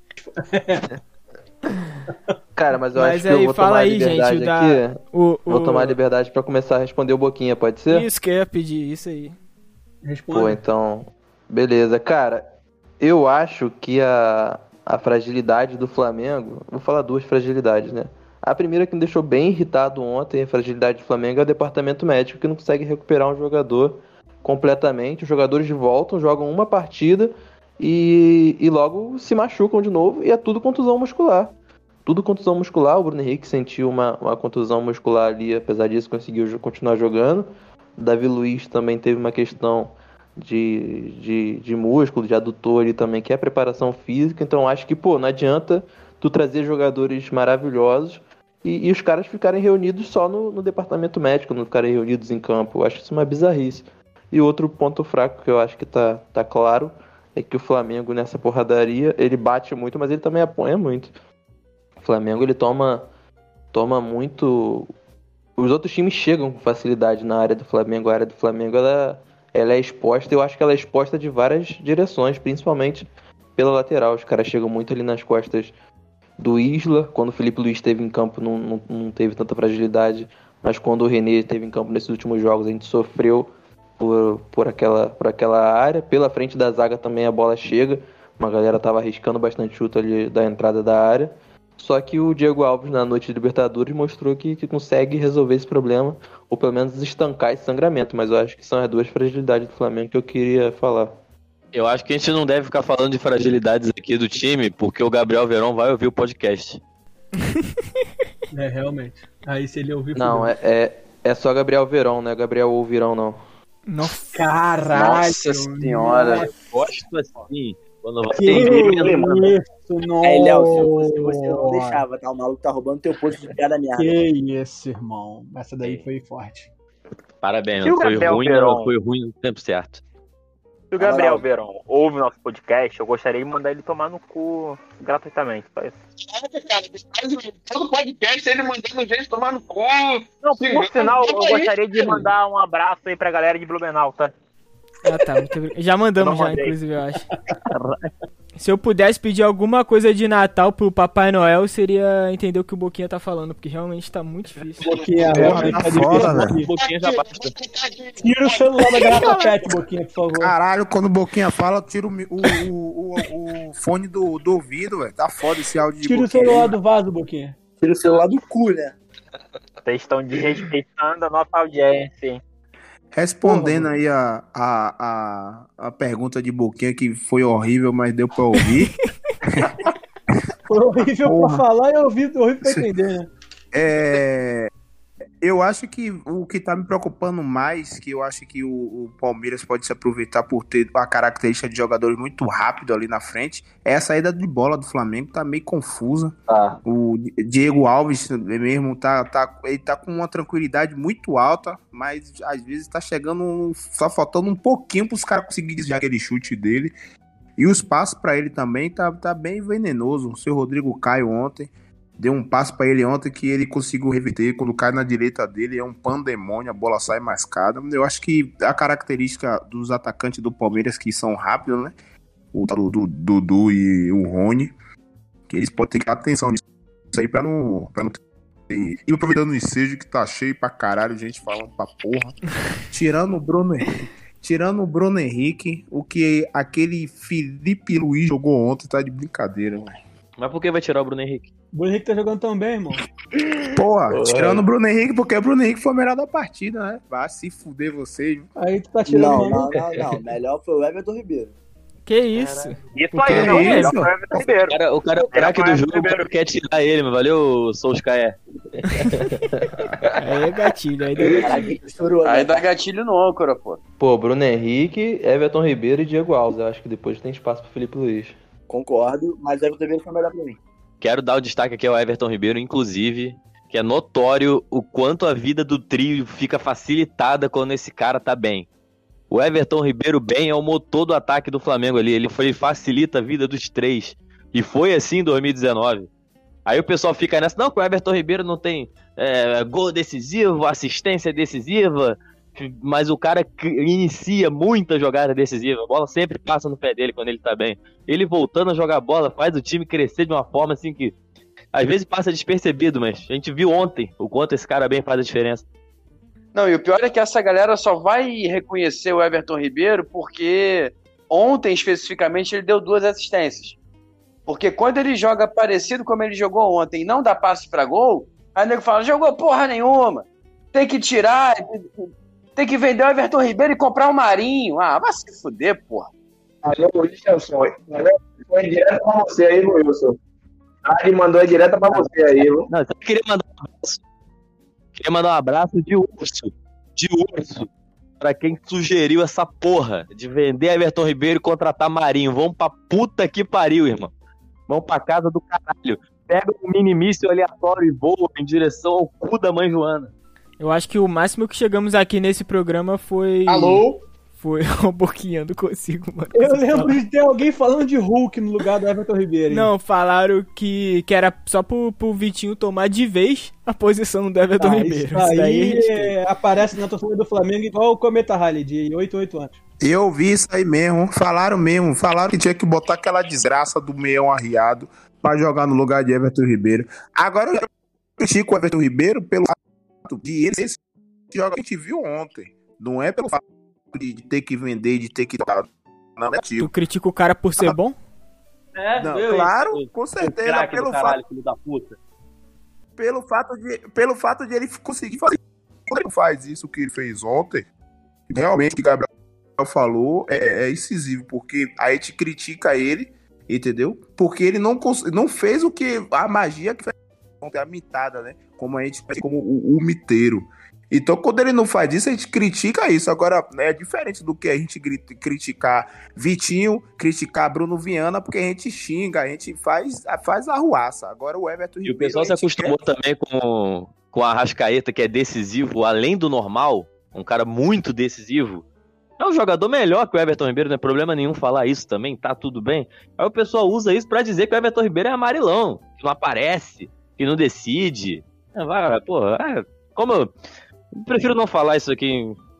Cara, mas eu Mas acho que aí, eu vou fala tomar a aí, liberdade gente, da- aqui. o- Vou o- tomar a liberdade pra começar a responder o Boquinha, pode ser? Isso que eu ia pedir, isso aí. Responde. Pô, então, beleza. Cara, eu acho que a, a fragilidade do Flamengo... Vou falar duas fragilidades, né? A primeira que me deixou bem irritado ontem, a fragilidade do Flamengo, é o departamento médico, que não consegue recuperar um jogador completamente. Os jogadores voltam, jogam uma partida e, e logo se machucam de novo, e é tudo contusão muscular. Tudo contusão muscular. O Bruno Henrique sentiu uma, uma contusão muscular ali, apesar disso conseguiu jo- continuar jogando. O Davi Luiz também teve uma questão de, de, de músculo, de adutor ali também, que é preparação física. Então acho que, pô, não adianta tu trazer jogadores maravilhosos e, e os caras ficarem reunidos só no, no departamento médico, não ficarem reunidos em campo. Eu acho isso uma bizarrice. E outro ponto fraco que eu acho que tá, tá claro é que o Flamengo nessa porradaria, ele bate muito, mas ele também apanha muito. O Flamengo, ele toma, toma muito... Os outros times chegam com facilidade na área do Flamengo. A área do Flamengo, ela, ela é exposta. Eu acho que ela é exposta de várias direções, principalmente pela lateral. Os caras chegam muito ali nas costas do Isla. Quando o Felipe Luiz esteve em campo, não, não, não teve tanta fragilidade. Mas quando o René esteve em campo nesses últimos jogos, a gente sofreu por, por, aquela, por aquela área. Pela frente da zaga também a bola chega. Uma galera tava arriscando bastante chute ali da entrada da área. Só que o Diego Alves, na noite de Libertadores, mostrou que, que consegue resolver esse problema, ou pelo menos estancar esse sangramento. Mas eu acho que são as duas fragilidades do Flamengo que eu queria falar. Eu acho que a gente não deve ficar falando de fragilidades aqui do time, porque o Gabriel Verón vai ouvir o podcast. É, realmente. Aí se ele ouvir... Não, fudeu. é, é, é só Gabriel Verón, não é Gabriel ou Virão, não. Nossa, Caralho! Nossa senhora. Eu gosto assim, quando você Que isso, nossa! Aí, Léo, se eu fosse você, eu não deixava, tá? O maluco tá roubando teu posto de piada merda. Que isso, irmão. Essa daí foi forte. Parabéns, E o não foi Gabriel ruim, Verón? não foi ruim no tempo certo. Se o Gabriel Verón ouve o nosso podcast, eu gostaria de mandar ele tomar no cu gratuitamente. Só isso. Caraca, cara, faz todo podcast ele mandando gente tomar no cu. Não, Sim, por sinal, eu toma aí, gostaria de cara. mandar um abraço aí pra galera de Blumenau, tá? Ah, tá. Muito obrigado. Já mandamos Eu não já, mandei. inclusive, eu acho. Se eu pudesse pedir alguma coisa de Natal pro Papai Noel, seria entender o que o Boquinha tá falando, porque realmente tá muito difícil. Boquinha, Porra, tá foda, velho. Um pouquinho já basta. Tira o celular da garrafa pet, Boquinha, por favor. Caralho, quando o Boquinha fala, tira o, mi- o, o, o, o fone do, do ouvido, velho. Tá foda esse áudio de Tira o Boquinha. celular do vaso, Boquinha. Tira o celular do cu, né? Vocês estão desrespeitando a nossa audiência, hein? Respondendo aí a, a, a, a pergunta de Boquinha, que foi horrível, mas deu pra ouvir. Foi horrível Porra. pra falar e horrível, horrível pra entender, né? É, eu acho que o que tá me preocupando mais, que eu acho que o, o Palmeiras pode se aproveitar por ter a característica de jogadores muito rápido ali na frente, é a saída de bola do Flamengo, tá meio confusa. Tá. O Diego Alves mesmo tá, tá, ele tá com uma tranquilidade muito alta, mas às vezes tá chegando, só faltando um pouquinho pros caras conseguirem desviar aquele chute dele. E os passos pra ele também tá, tá bem venenoso. O seu Rodrigo Caio ontem deu um passo pra ele ontem que ele conseguiu reverter. Quando cai na direita dele é um pandemônio, a bola sai mascada. Eu acho que a característica dos atacantes do Palmeiras, que são rápidos, né? O Dudu, Dudu e o Rony, que eles podem ter que dar atenção nisso aí pra não, pra não ter. E aproveitando o ensejo que tá cheio pra caralho, gente falando pra porra. Tirando o Bruno Henrique. Tirando o Bruno Henrique, o que aquele Felipe Luiz jogou ontem tá de brincadeira, velho. Mas por que vai tirar o Bruno Henrique? O Bruno Henrique tá jogando tão bem, irmão. Porra, Porra. tirando o Bruno Henrique, porque o Bruno Henrique foi o melhor da partida, né? Vai se fuder vocês. Aí tu tá tirando Não, o não, maluco. não, não. Melhor foi o Everton Ribeiro. Que isso? Isso Que aí, não, isso? melhor foi o Everton O Ribeiro. cara, o cara é o craque do jogo, o cara quer tirar ele, mas valeu, Solskjaer. Aí é gatilho, aí deu gatilho. Caraca, chorou, Aí né? dá gatilho no âncora, pô. Pô, Bruno Henrique, Everton Ribeiro e Diego Alves. Eu acho que depois tem espaço pro Felipe Luiz. Concordo, mas o Everton Ribeiro foi melhor pra mim. Quero dar o destaque aqui ao Everton Ribeiro, inclusive, que é notório o quanto a vida do trio fica facilitada quando esse cara tá bem. O Everton Ribeiro bem é o motor do ataque do Flamengo ali, ele foi, facilita a vida dos três. E foi assim em dois mil e dezenove. Aí o pessoal fica nessa, não, que o Everton Ribeiro não tem é, gol decisivo, assistência decisiva, mas o cara inicia muita jogada decisiva, a bola sempre passa no pé dele quando ele tá bem. Ele voltando a jogar bola faz o time crescer de uma forma assim que às vezes passa despercebido, mas a gente viu ontem o quanto esse cara bem faz a diferença. Não, e o pior é que essa galera só vai reconhecer o Everton Ribeiro porque ontem, especificamente, ele deu duas assistências. Porque quando ele joga parecido como ele jogou ontem e não dá passe pra gol, aí o nego fala, jogou porra nenhuma, tem que tirar, tem que vender o Everton Ribeiro e comprar o Marinho. Ah, vai se fuder, porra. Alô, Wilson, foi direto pra você aí, Wilson. Ah, ele mandou direto pra você aí, viu? Não, eu queria mandar um abraço. Queria mandar um abraço de urso. De urso. Pra quem sugeriu essa porra de vender Everton Ribeiro e contratar Marinho. Vamos pra puta que pariu, irmão. Vamos pra casa do caralho. Pega um mini míssil aleatório e voa em direção ao cu da mãe Joana. Eu acho que o máximo que chegamos aqui nesse programa foi... Alô? Foi o Boquinha, não consigo, mano. Eu lembro de ter alguém falando de Hulk no lugar do Everton Ribeiro. Hein? Não, falaram que, que era só pro, pro Vitinho tomar de vez a posição do Everton Ah, Ribeiro. isso aí daí a gente tem. é, aparece na torcida do Flamengo igual o Cometa Halley, de oito em oito anos. Eu vi isso aí mesmo, falaram mesmo, falaram que tinha que botar aquela desgraça do meião arriado pra jogar no lugar de Everton Ribeiro. Agora eu critico o Everton Ribeiro pelo fato de ele ser esse jogo que a gente viu ontem. Não é pelo fato de ter que vender, de ter que dar. Não é Tu tipo. critica o cara por ser bom? É, Não, eu, claro, eu, com certeza, o craque pelo do caralho, fato, filho da puta. pelo fato de, pelo fato de ele conseguir fazer. Quando ele faz isso que ele fez ontem, realmente o que o Gabriel falou é, é incisivo, porque a gente critica ele, entendeu? Porque ele não, cons- não fez o que a magia que fez ontem, a mitada, né? Como a gente faz como o, o miteiro. Então, quando ele não faz isso, a gente critica isso. Agora, é diferente do que a gente gri- criticar Vitinho, criticar Bruno Viana, porque a gente xinga, a gente faz, faz arruaça. Agora o Everton E o Ribeiro, pessoal a se gente acostumou quer- também com, com a Arrascaeta, que é decisivo, além do normal, um cara muito decisivo. É um jogador melhor que o Everton Ribeiro, não é problema nenhum falar isso também, tá tudo bem. Aí o pessoal usa isso pra dizer que o Everton Ribeiro é amarelão, que não aparece, que não decide. É, vai, porra, é, como eu... Eu prefiro não falar isso aqui em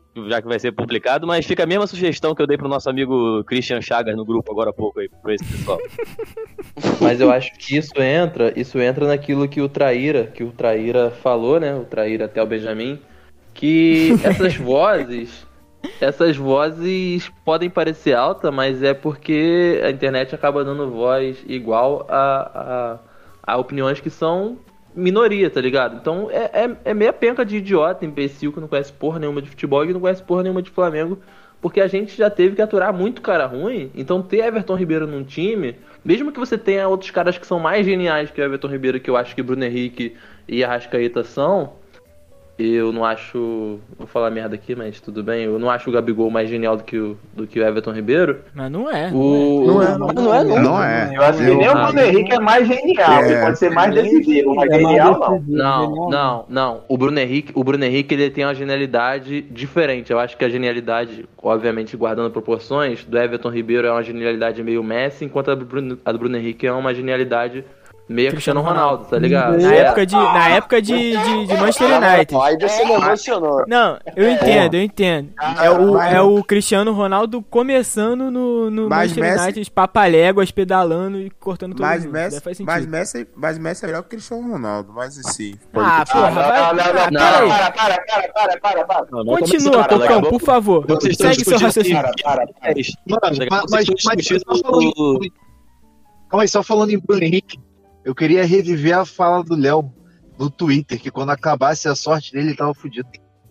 já que vai ser publicado, mas fica a mesma sugestão que eu dei pro nosso amigo Christian Chagas no grupo agora há pouco aí, pra esse pessoal. Mas eu acho que isso entra, isso entra naquilo que o Traíra, que o Traíra falou, né? O Traíra até o Benjamin, que essas vozes, essas vozes podem parecer altas, mas é porque a internet acaba dando voz igual a, a, a opiniões que são minoria, tá ligado? Então é, é, é meia penca de idiota, imbecil, que não conhece porra nenhuma de futebol e que não conhece porra nenhuma de Flamengo, porque a gente já teve que aturar muito cara ruim. Então ter Everton Ribeiro num time, mesmo que você tenha outros caras que são mais geniais que o Everton Ribeiro, que eu acho que Bruno Henrique e Arrascaeta são, eu não acho, vou falar merda aqui, mas tudo bem, eu não acho o Gabigol mais genial do que o, do que o Everton Ribeiro. Mas não é. O... Não é, não é. Não é, não. Não é. Eu acho que nem o Bruno Henrique é mais genial, ele pode ser mais decisivo, mas genial não. Não, não, não. O Bruno Henrique, o Bruno Henrique ele tem uma genialidade diferente. Eu acho que a genialidade, obviamente guardando proporções, do Everton Ribeiro é uma genialidade meio Messi, enquanto a do Bruno, a do Bruno Henrique é uma genialidade meio Cristiano Ronaldo, tá ligado? Na É. época de, na época de, de, de Manchester United. Aí você me emocionou. Não, eu entendo, eu entendo. É o, é o Cristiano Ronaldo começando no, no Mas Manchester Messi- United, papaléguas, pedalando e cortando todo Mas mundo. Daí Messi, faz sentido. mas, Messi, mas Messi é melhor que o Cristiano Ronaldo, mas assim... Ah, porra, vai. Não, não, não, Ah, não, peraí. para, para, para, para, para, para. Não, não Continua, começa, cara, Cocão, daqui a por favor. Vocês estão Segue seu discutindo raciocínio. aqui, Para, para. é isso. Mano, Daqui a mas, pouco mas, vocês estão mas discutindo só falando o- em... Calma aí, só falando em Bruno Henrique, eu queria reviver a fala do Léo no Twitter, que quando acabasse a sorte dele, ele tava fudido.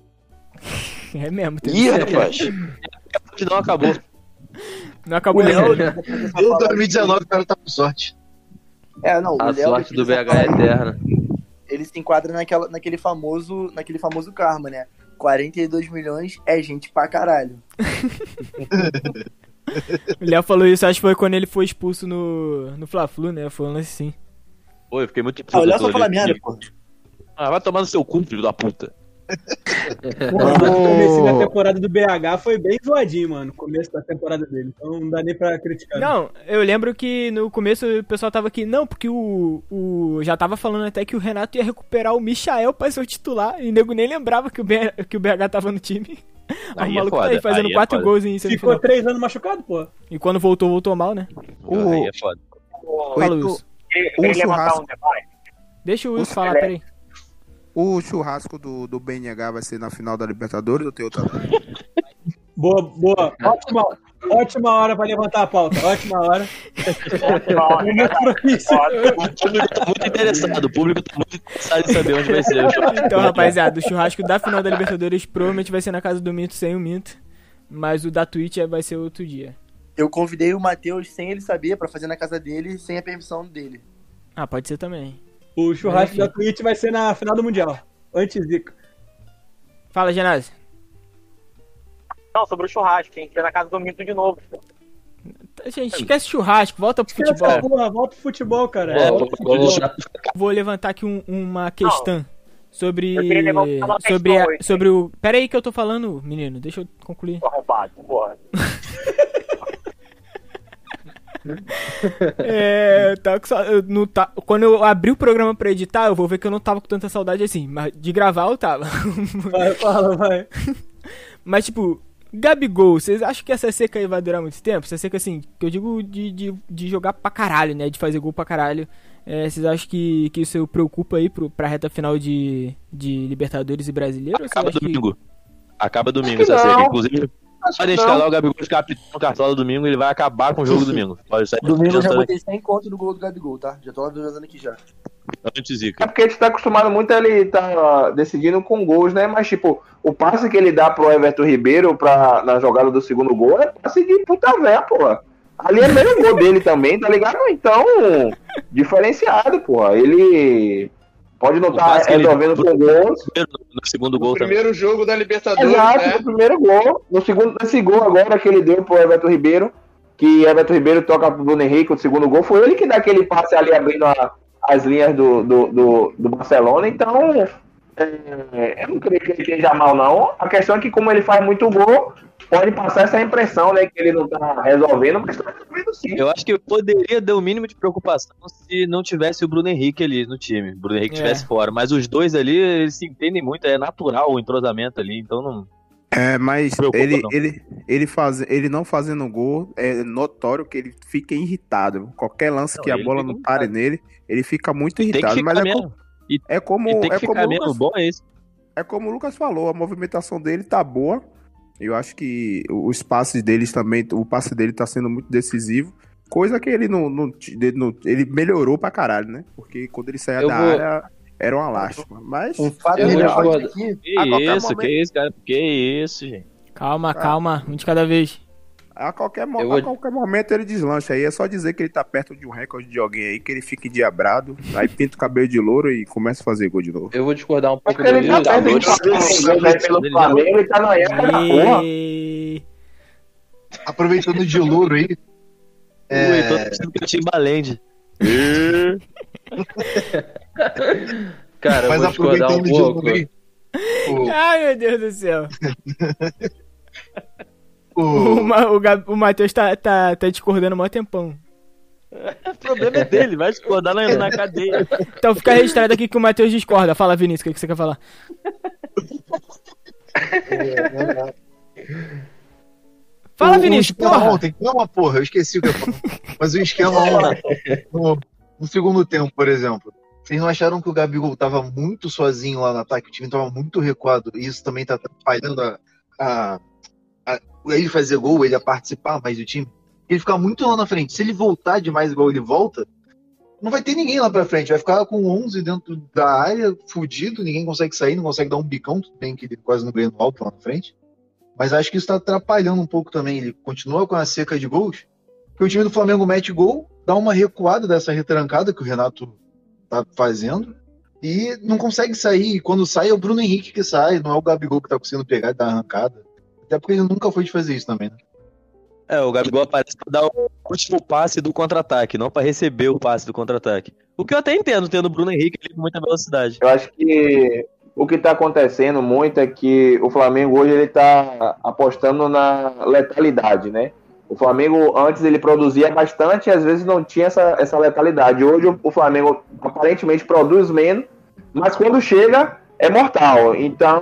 É mesmo. tem Ih, que ser. rapaz. Não acabou. Não acabou O nem. Léo, desde dois mil e dezenove, o cara tá com sorte. É, não, o A Léo, sorte do B ele- H é eterna. ele se enquadra naquela, naquele famoso, naquele famoso karma, né? quarenta e dois milhões é gente pra caralho. O Léo falou isso, acho que foi quando ele foi expulso no, no Fla-Flu, né? Foi um lance assim. Pô, eu fiquei muito Ah, o Léo puto só fala ali. merda, pô. Ah, vai tomar no seu cu, filho da puta. Porra, mas o começo da temporada do B H foi bem zoadinho, mano. O começo da temporada dele. Então não dá nem pra criticar. Não, eu lembro que no começo o pessoal tava aqui, não, porque o, o já tava falando até que o Renato ia recuperar o Michael pra ser o titular, e o nego nem lembrava que o, B, que o B H tava no time. Aí o é maluco tá foda, aí fazendo aí é quatro foda. gols em semifinal. Ficou três anos machucado, pô. E quando voltou, voltou mal, né? O, Aí é foda. Fala, o, Wilson. o churrasco, Deixa o Wilson falar, peraí. o churrasco do, do B N H vai ser na final da Libertadores ou tem outra? Boa, boa. Ótima, ótima hora pra levantar a pauta. Ótima hora. Momento propício. O público tá muito interessado, o público tá muito interessado em saber onde vai ser o churrasco. Então, rapaziada, o churrasco da final da Libertadores provavelmente vai ser na casa do Minto sem o Minto, mas o da Twitch vai ser outro dia. Eu convidei o Matheus sem ele saber pra fazer na casa dele, sem a permissão dele. Ah, pode ser também. O churrasco Enfim. da Twitch vai ser na final do Mundial. Antes Zico. Fala, Genásio. Não, sobre o churrasco, a gente vai na casa do Minto de novo. Gente, esquece churrasco, volta pro Essa futebol. porra, volta pro futebol, cara. É, Volta pro vamos futebol. deixar- Vou levantar aqui um- uma questão sobre eu queria levantar uma sobre questão a, hoje. sobre o. Pera aí que eu tô falando, menino. Deixa eu concluir. Arrombado, porra. É, tá com sa- eu não tá, quando eu abri o programa pra editar, eu vou ver que eu não tava com tanta saudade assim, mas de gravar eu tava. Vai, fala, vai. Mas tipo, Gabigol, vocês acham que essa seca aí vai durar muito tempo? Essa seca assim, que eu digo de, de, de jogar pra caralho, né? De fazer gol pra caralho. É, vocês acham que, que isso preocupa aí pro, pra reta final de, de Libertadores e Brasileiro? Ou vocês Acaba acham que- domingo. Acaba domingo Acho essa que seca. não. Inclusive, Acho podem que escalar não. o Gabigol de capitão no cartola domingo, ele vai acabar com o jogo domingo. Pode sair Domingo eu já adiantando botei cem conto no gol do Gabigol, tá? Já tô avisando aqui já. aqui, É Zica. porque a gente tá acostumado muito a ele tá decidindo com gols, né? Mas, tipo, o passe que ele dá pro Everton Ribeiro pra, na jogada do segundo gol é passe de puta véia, porra. Ali é meio gol dele também, tá ligado? Então, diferenciado, porra. Ele pode não O estar passe que ele- resolvendo com gols. No segundo gol O também. primeiro jogo da Libertadores, Exato, né? no primeiro gol. No segundo, nesse gol agora que ele deu pro Everton Ribeiro, que Everton Ribeiro toca pro Bruno Henrique, o segundo gol, foi ele que dá aquele passe ali abrindo a- as linhas do, do, do, do Barcelona. Então, é, eu não creio que ele esteja mal, não. A questão é que, como ele faz muito gol, pode passar essa impressão, né, que ele não tá resolvendo, mas tá resolvendo sim. Eu acho que poderia ter o mínimo de preocupação se não tivesse o Bruno Henrique ali no time. O Bruno Henrique É. estivesse fora. Mas os dois ali, eles se entendem muito, é natural o entrosamento ali, então não. É, mas Preocupa, ele, não. ele, ele, faz, ele não fazendo gol, é notório que ele fica irritado. Qualquer lance Não, que a ele bola fica não pare irritado. nele, ele fica muito Tem que irritado. ficar Mas é, mesmo. co- E, é como, e tem que é como ficar o mesmo. Lucas, O bom é isso. é como o Lucas falou, a movimentação dele tá boa. Eu acho que os passes deles também, o passe dele tá sendo muito decisivo. Coisa que ele não, não, ele não- ele melhorou pra caralho, né? Porque quando ele saía Eu da vou- área, era uma lástima. Mas Um fato Eu vou relevante discordar. aqui. Que A qualquer isso, momento- que isso, cara. Que isso, gente. Calma, calma. Um de cada vez. a qualquer, mo- Eu vou- a qualquer momento ele deslancha aí. É só dizer que ele tá perto de um recorde de alguém aí, que ele fica endiabrado, aí pinta o cabelo de louro e começa a fazer gol de novo. Eu vou discordar um pouco Porque do ele tá Wilson. perto de fazer esse gol aí pelo Ele Flamengo e tá na época da porra. E... Aproveitando de louro aí. É, Ui, tô torcendo pro Timbaland. Cara, eu mas vou discordar um aproveitando de pouco. louro aí. O, Ai, meu Deus do céu. o, O, Ma- o, Gab- o Matheus tá, tá, tá discordando há mó tempão. O problema é dele, vai discordar na, na cadeia. Então fica registrado aqui que o Matheus discorda. Fala, Vinícius, o que que você quer falar? Fala, o- o Vinícius, esquema porra! ontem, calma, porra, eu esqueci o que eu ia falar. Mas o esquema ontem, no, no segundo tempo, por exemplo, vocês não acharam que o Gabigol tava muito sozinho lá no ataque? O time tava muito recuado, e isso também tá atrapalhando a, a, a, ele fazer gol, ele a participar mais do time? Ele ficar muito lá na frente. Se ele voltar demais igual ele volta, não vai ter ninguém lá pra frente. Vai ficar com onze dentro da área, fudido, ninguém consegue sair, não consegue dar um bicão, tudo bem que ele quase não ganha no alto lá na frente. Mas acho que isso tá atrapalhando um pouco também. Ele continua com a seca de gols, que o time do Flamengo mete gol, dá uma recuada dessa retrancada que o Renato tá fazendo, e não consegue sair. E quando sai é o Bruno Henrique que sai, não é o Gabigol que tá conseguindo pegar e dar arrancada. Até porque ele nunca foi de fazer isso também, né? É, o Gabigol aparece pra dar o último passe do contra-ataque, não pra receber o passe do contra-ataque. O que eu até entendo, tendo o Bruno Henrique ali com muita velocidade. Eu acho que o que está acontecendo muito é que o Flamengo hoje ele está apostando na letalidade, né? O Flamengo antes ele produzia bastante e às vezes não tinha essa, essa letalidade. Hoje o, o Flamengo aparentemente produz menos, mas quando chega é mortal. Então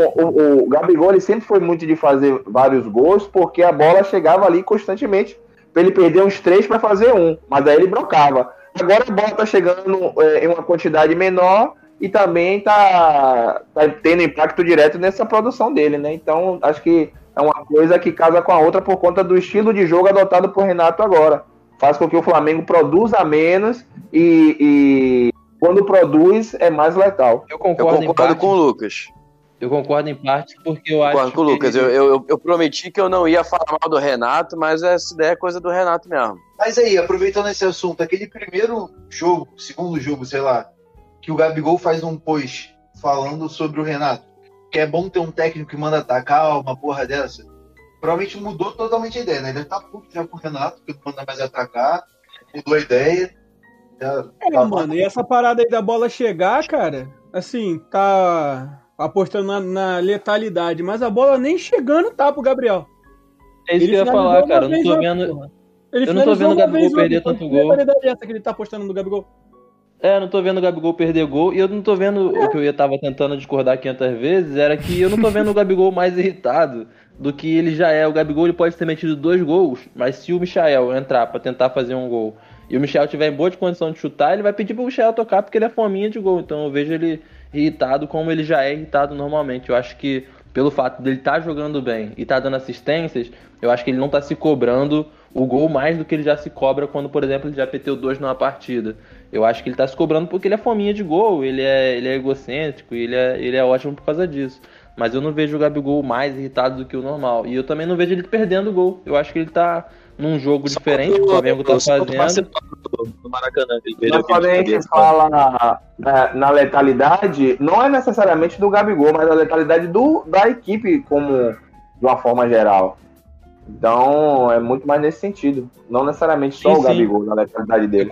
o, o Gabigol ele sempre foi muito de fazer vários gols porque a bola chegava ali constantemente para ele perder uns três para fazer um, mas aí ele brocava. Agora a bola está chegando é, em uma quantidade menor e também tá, tá tendo impacto direto nessa produção dele, né? Então, acho que é uma coisa que casa com a outra por conta do estilo de jogo adotado por Renato agora. Faz com que o Flamengo produza menos e, e quando produz é mais letal. Eu Eu concordo, em concordo parte. com o Lucas. Eu concordo em parte porque eu acho Concordo com o que Lucas. ele- Eu, eu, eu prometi que eu não ia falar mal do Renato, mas essa ideia é coisa do Renato mesmo. Mas aí, aproveitando esse assunto, aquele primeiro jogo, segundo jogo, sei lá, que o Gabigol faz um post falando sobre o Renato, que é bom ter um técnico que manda atacar uma porra dessa, provavelmente mudou totalmente a ideia, né? Ele tá puto já com o Renato, que não manda mais atacar, mudou a ideia. Já, É, tá- mano, e essa parada aí da bola chegar, cara, assim, tá apostando na, na letalidade, mas a bola nem chegando tá pro Gabriel. É isso Ele que eu ia finalizou falar, uma cara. Eu não vez tô ontem, vendo. porra. Ele Eu não tô finalizou vendo o uma Gabigol vez perder ontem, tanto que gol. letalidade é essa que ele tá apostando no Gabigol? É, eu não tô vendo o Gabigol perder gol. E eu não tô vendo o que eu ia tava tentando discordar quinhentas vezes. Era que eu não tô vendo o Gabigol mais irritado do que ele já é. O Gabigol ele pode ter metido dois gols, mas se o Michael entrar pra tentar fazer um gol e o Michael tiver em boa de condição de chutar, ele vai pedir pro Michael tocar porque ele é fominha de gol. Então eu vejo ele irritado como ele já é irritado normalmente. Eu acho que pelo fato dele estar jogando bem e estar dando assistências, eu acho que ele não tá se cobrando o gol mais do que ele já se cobra quando, por exemplo, ele já meteu dois numa partida. Eu acho que ele tá se cobrando porque ele é fominha de gol, ele é, ele é egocêntrico, ele é, ele é ótimo por causa disso. Mas eu não vejo o Gabigol mais irritado do que o normal. E eu também não vejo ele perdendo gol. Eu acho que ele tá num jogo diferente que o Flamengo tá fazendo. No Maracanã, que ele perdeu Mas quando a aquele de gente cabeça. fala na, na- na letalidade, não é necessariamente do Gabigol, mas a letalidade do, da equipe como de uma forma geral. Então é muito mais nesse sentido. Não necessariamente só Sim, o sim. Gabigol na letalidade dele.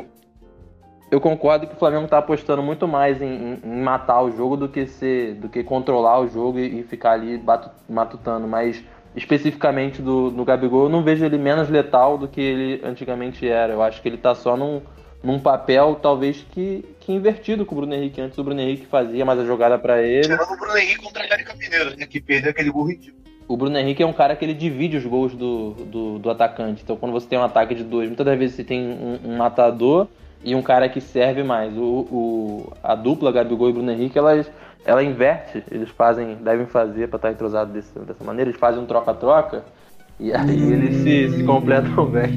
Eu concordo que o Flamengo tá apostando muito mais em, em- em matar o jogo do que ser, do que controlar o jogo e, e ficar ali batu- matutando. Mas especificamente do, do Gabigol, eu não vejo ele menos letal do que ele antigamente era. Eu acho que ele tá só num, num papel talvez que, que invertido com o Bruno Henrique. Antes o Bruno Henrique fazia mais a jogada pra ele. Tirando o Bruno Henrique contra o América Mineiro, né? Que perdeu aquele gol ridículo. o Bruno Henrique é um cara que ele divide os gols do, do, do atacante. Então, quando você tem um ataque de dois, muitas das vezes você tem um, um matador e um cara que serve mais. O, o, a dupla Gabigol e Bruno Henrique, elas, ela inverte. Eles fazem, devem fazer, para estar entrosado desse, dessa maneira, eles fazem um troca-troca e aí eles se, se completam bem.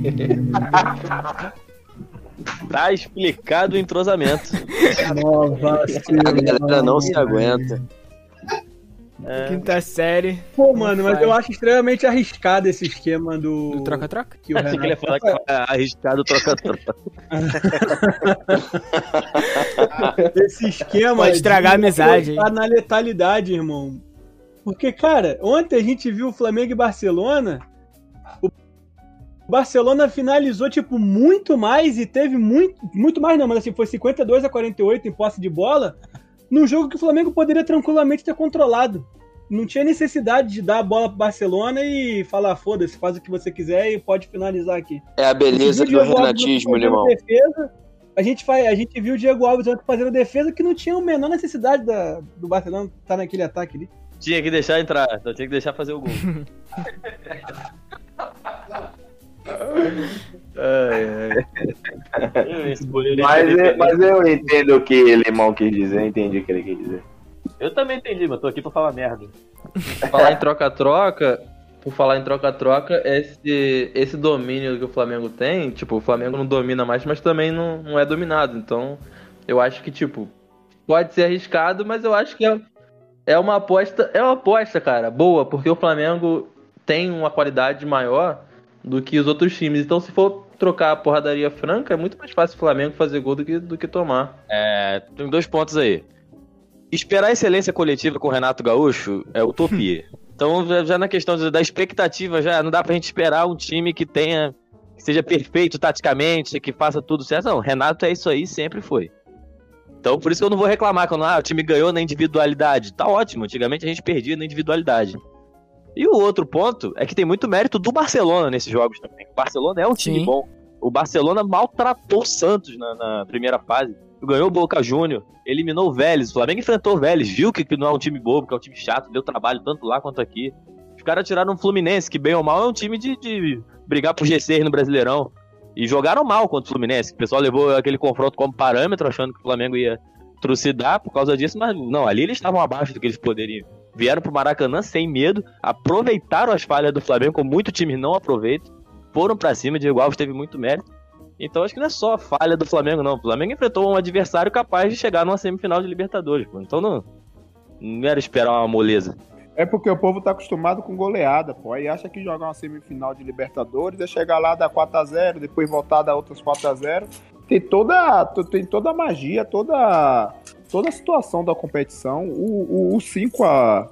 Tá explicado o entrosamento. A galera não se aguenta. É. Quinta série. Pô, mano, mas eu acho extremamente arriscado esse esquema do. Do troca-troca? Que o Renato... ele ia falar que é arriscado o troca-troca. Esse esquema. Pode estragar a amizade. Tá na letalidade, irmão. Porque, cara, ontem a gente viu o Flamengo e Barcelona. O Barcelona finalizou, tipo, muito mais e teve muito. Muito mais, não, mas assim, foi cinquenta e dois a quarenta e oito em posse de bola. Num jogo que o Flamengo poderia tranquilamente ter controlado. Não tinha necessidade de dar a bola pro Barcelona e falar, foda-se, faz o que você quiser e pode finalizar aqui. É a beleza do renatismo, irmão. Defesa, a, gente faz, a gente viu o Diego Alves ontem fazendo defesa que não tinha a menor necessidade da, do Barcelona estar tá naquele ataque ali. Tinha que deixar entrar, só tinha que deixar fazer o gol. Ai, ai. mas, mas eu entendo o que ele, irmão, quis dizer, eu entendi o que ele quis dizer. Eu também entendi, mas tô aqui pra falar merda. Falar em troca-troca, por falar em troca-troca, esse, esse domínio que o Flamengo tem, tipo, o Flamengo não domina mais, mas também não, não é dominado. Então, eu acho que, tipo, pode ser arriscado, mas eu acho que é, é uma aposta, é uma aposta, cara, boa, porque o Flamengo tem uma qualidade maior do que os outros times. Então, se for trocar a porradaria franca, é muito mais fácil o Flamengo fazer gol do que, do que tomar. É, tem dois pontos aí. Esperar excelência coletiva com o Renato Gaúcho é utopia. Então, já, já na questão da expectativa, já não dá pra gente esperar um time que tenha, que seja perfeito taticamente, que faça tudo certo. Não, Renato é isso aí, sempre foi. Então, por isso que eu não vou reclamar quando ah, o time ganhou na individualidade. Tá ótimo, antigamente a gente perdia na individualidade. E o outro ponto é que tem muito mérito do Barcelona nesses jogos também. O Barcelona é um time Sim. bom. O Barcelona maltratou o Santos na, na primeira fase. Ganhou o Boca Júnior, eliminou o Vélez. O Flamengo enfrentou o Vélez, viu que, que não é um time bobo, que é um time chato, deu trabalho tanto lá quanto aqui. Os caras tiraram o Fluminense, que bem ou mal é um time de, de brigar por G seis no Brasileirão. E jogaram mal contra o Fluminense. O pessoal levou aquele confronto como parâmetro, achando que o Flamengo ia trucidar por causa disso, mas não, ali eles estavam abaixo do que eles poderiam. Vieram pro Maracanã sem medo, aproveitaram as falhas do Flamengo, como muito time não aproveita, foram pra cima, Diego Alves teve muito mérito. Então acho que não é só a falha do Flamengo, não. O Flamengo enfrentou um adversário capaz de chegar numa semifinal de Libertadores, pô. Então não, não era esperar uma moleza. É porque o povo tá acostumado com goleada, pô. Aí acha que jogar uma semifinal de Libertadores é chegar lá, dar quatro a zero, depois voltar a dar outros quatro a zero. Tem toda, tem toda a magia, toda, toda a situação da competição. O, o, o cinco a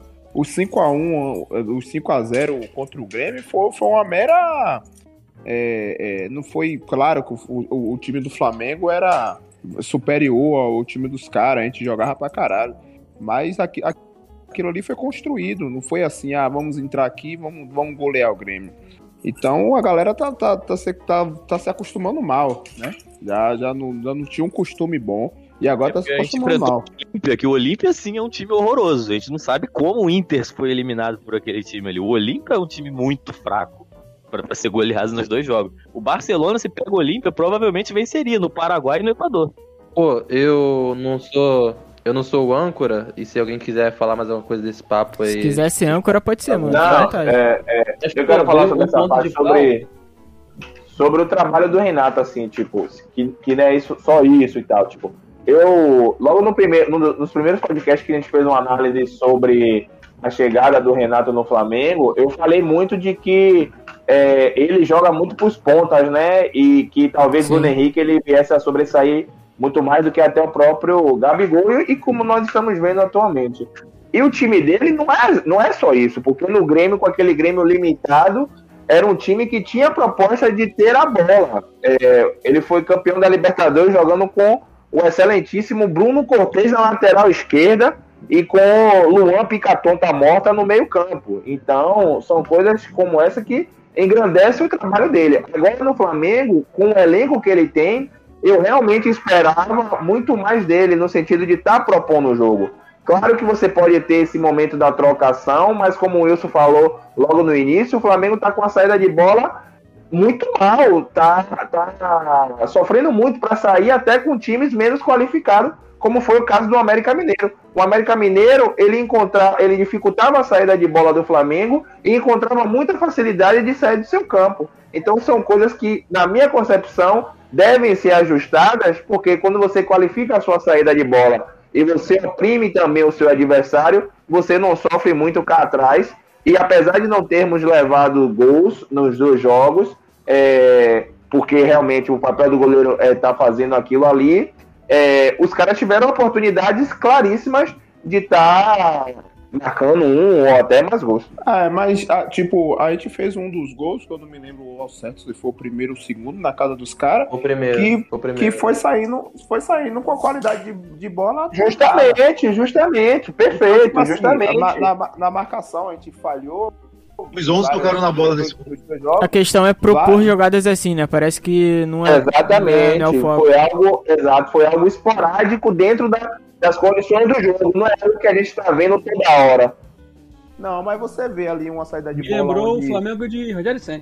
um, o cinco a zero contra o Grêmio foi, foi uma mera... É, é, não foi claro que o, o, o time do Flamengo era superior ao time dos caras, a gente jogava pra caralho. Mas aqui, aquilo ali foi construído, não foi assim, ah, vamos entrar aqui, vamos, vamos golear o Grêmio. Então a galera tá, tá, tá, se, tá, tá se acostumando mal, né? Já, já, não, já não tinha um costume bom e agora é tá se acostumando mal. O Olímpia, que o Olímpia sim é um time horroroso. A gente não sabe como o Inter foi eliminado por aquele time ali. O Olímpia é um time muito fraco para ser goleado nos dois jogos. O Barcelona, se pega o Olímpia, provavelmente venceria no Paraguai e no Equador. Pô, eu não sou... Eu não sou o âncora, e se alguém quiser falar mais alguma coisa desse papo aí... Se quiser ser âncora, pode ser, mano. Não, é, é, eu quero falar sobre essa parte, sobre, sobre o trabalho do Renato, assim, tipo, que, que não é isso, só isso e tal, tipo... Eu, logo no primeiro, no, nos primeiros podcasts que a gente fez uma análise sobre a chegada do Renato no Flamengo, eu falei muito de que é, ele joga muito pros pontas, né? E que talvez o Bruno Henrique ele viesse a sobressair muito mais do que até o próprio Gabigol, e como nós estamos vendo atualmente. E o time dele não é, não é só isso, porque no Grêmio, com aquele Grêmio limitado, era um time que tinha a proposta de ter a bola. É, ele foi campeão da Libertadores jogando com o excelentíssimo Bruno Cortez na lateral esquerda e com Luan Picatonta morta no meio campo. Então, são coisas como essa que engrandecem o trabalho dele. Agora no Flamengo, com o elenco que ele tem, eu realmente esperava muito mais dele, no sentido de estar tá propondo o jogo. Claro que você pode ter esse momento da trocação, mas como o Wilson falou logo no início, o Flamengo tá com a saída de bola muito mal, tá, tá sofrendo muito para sair até com times menos qualificados, como foi o caso do América Mineiro. O América Mineiro, ele, encontra, ele dificultava a saída de bola do Flamengo e encontrava muita facilidade de sair do seu campo. Então são coisas que, na minha concepção, devem ser ajustadas, porque quando você qualifica a sua saída de bola e você oprime também o seu adversário, você não sofre muito cá atrás. E apesar de não termos levado gols nos dois jogos, é, porque realmente o papel do goleiro está é, fazendo aquilo ali, é, os caras tiveram oportunidades claríssimas de estar tá marcando um ou até mais gols. É, mas ah, tipo, a gente fez um dos gols, que eu não me lembro ao certo se foi o primeiro ou o segundo, na casa dos caras. O primeiro, que, o primeiro. Que foi saindo, foi saindo com a qualidade de, de bola. Justamente, justamente, perfeito, tipo assim, justamente. Na, na, na marcação a gente falhou. Os onze tocaram na bola desse A questão é propor Vai. jogadas assim, né? Parece que não é. Exatamente. Não é, não é o foco. Foi algo, exato, foi algo esporádico dentro da, das condições do jogo. Não é algo que a gente está vendo toda hora. Não, mas você vê ali uma saída de Me bola. Lembrou onde... o Flamengo de Rogério Ceni.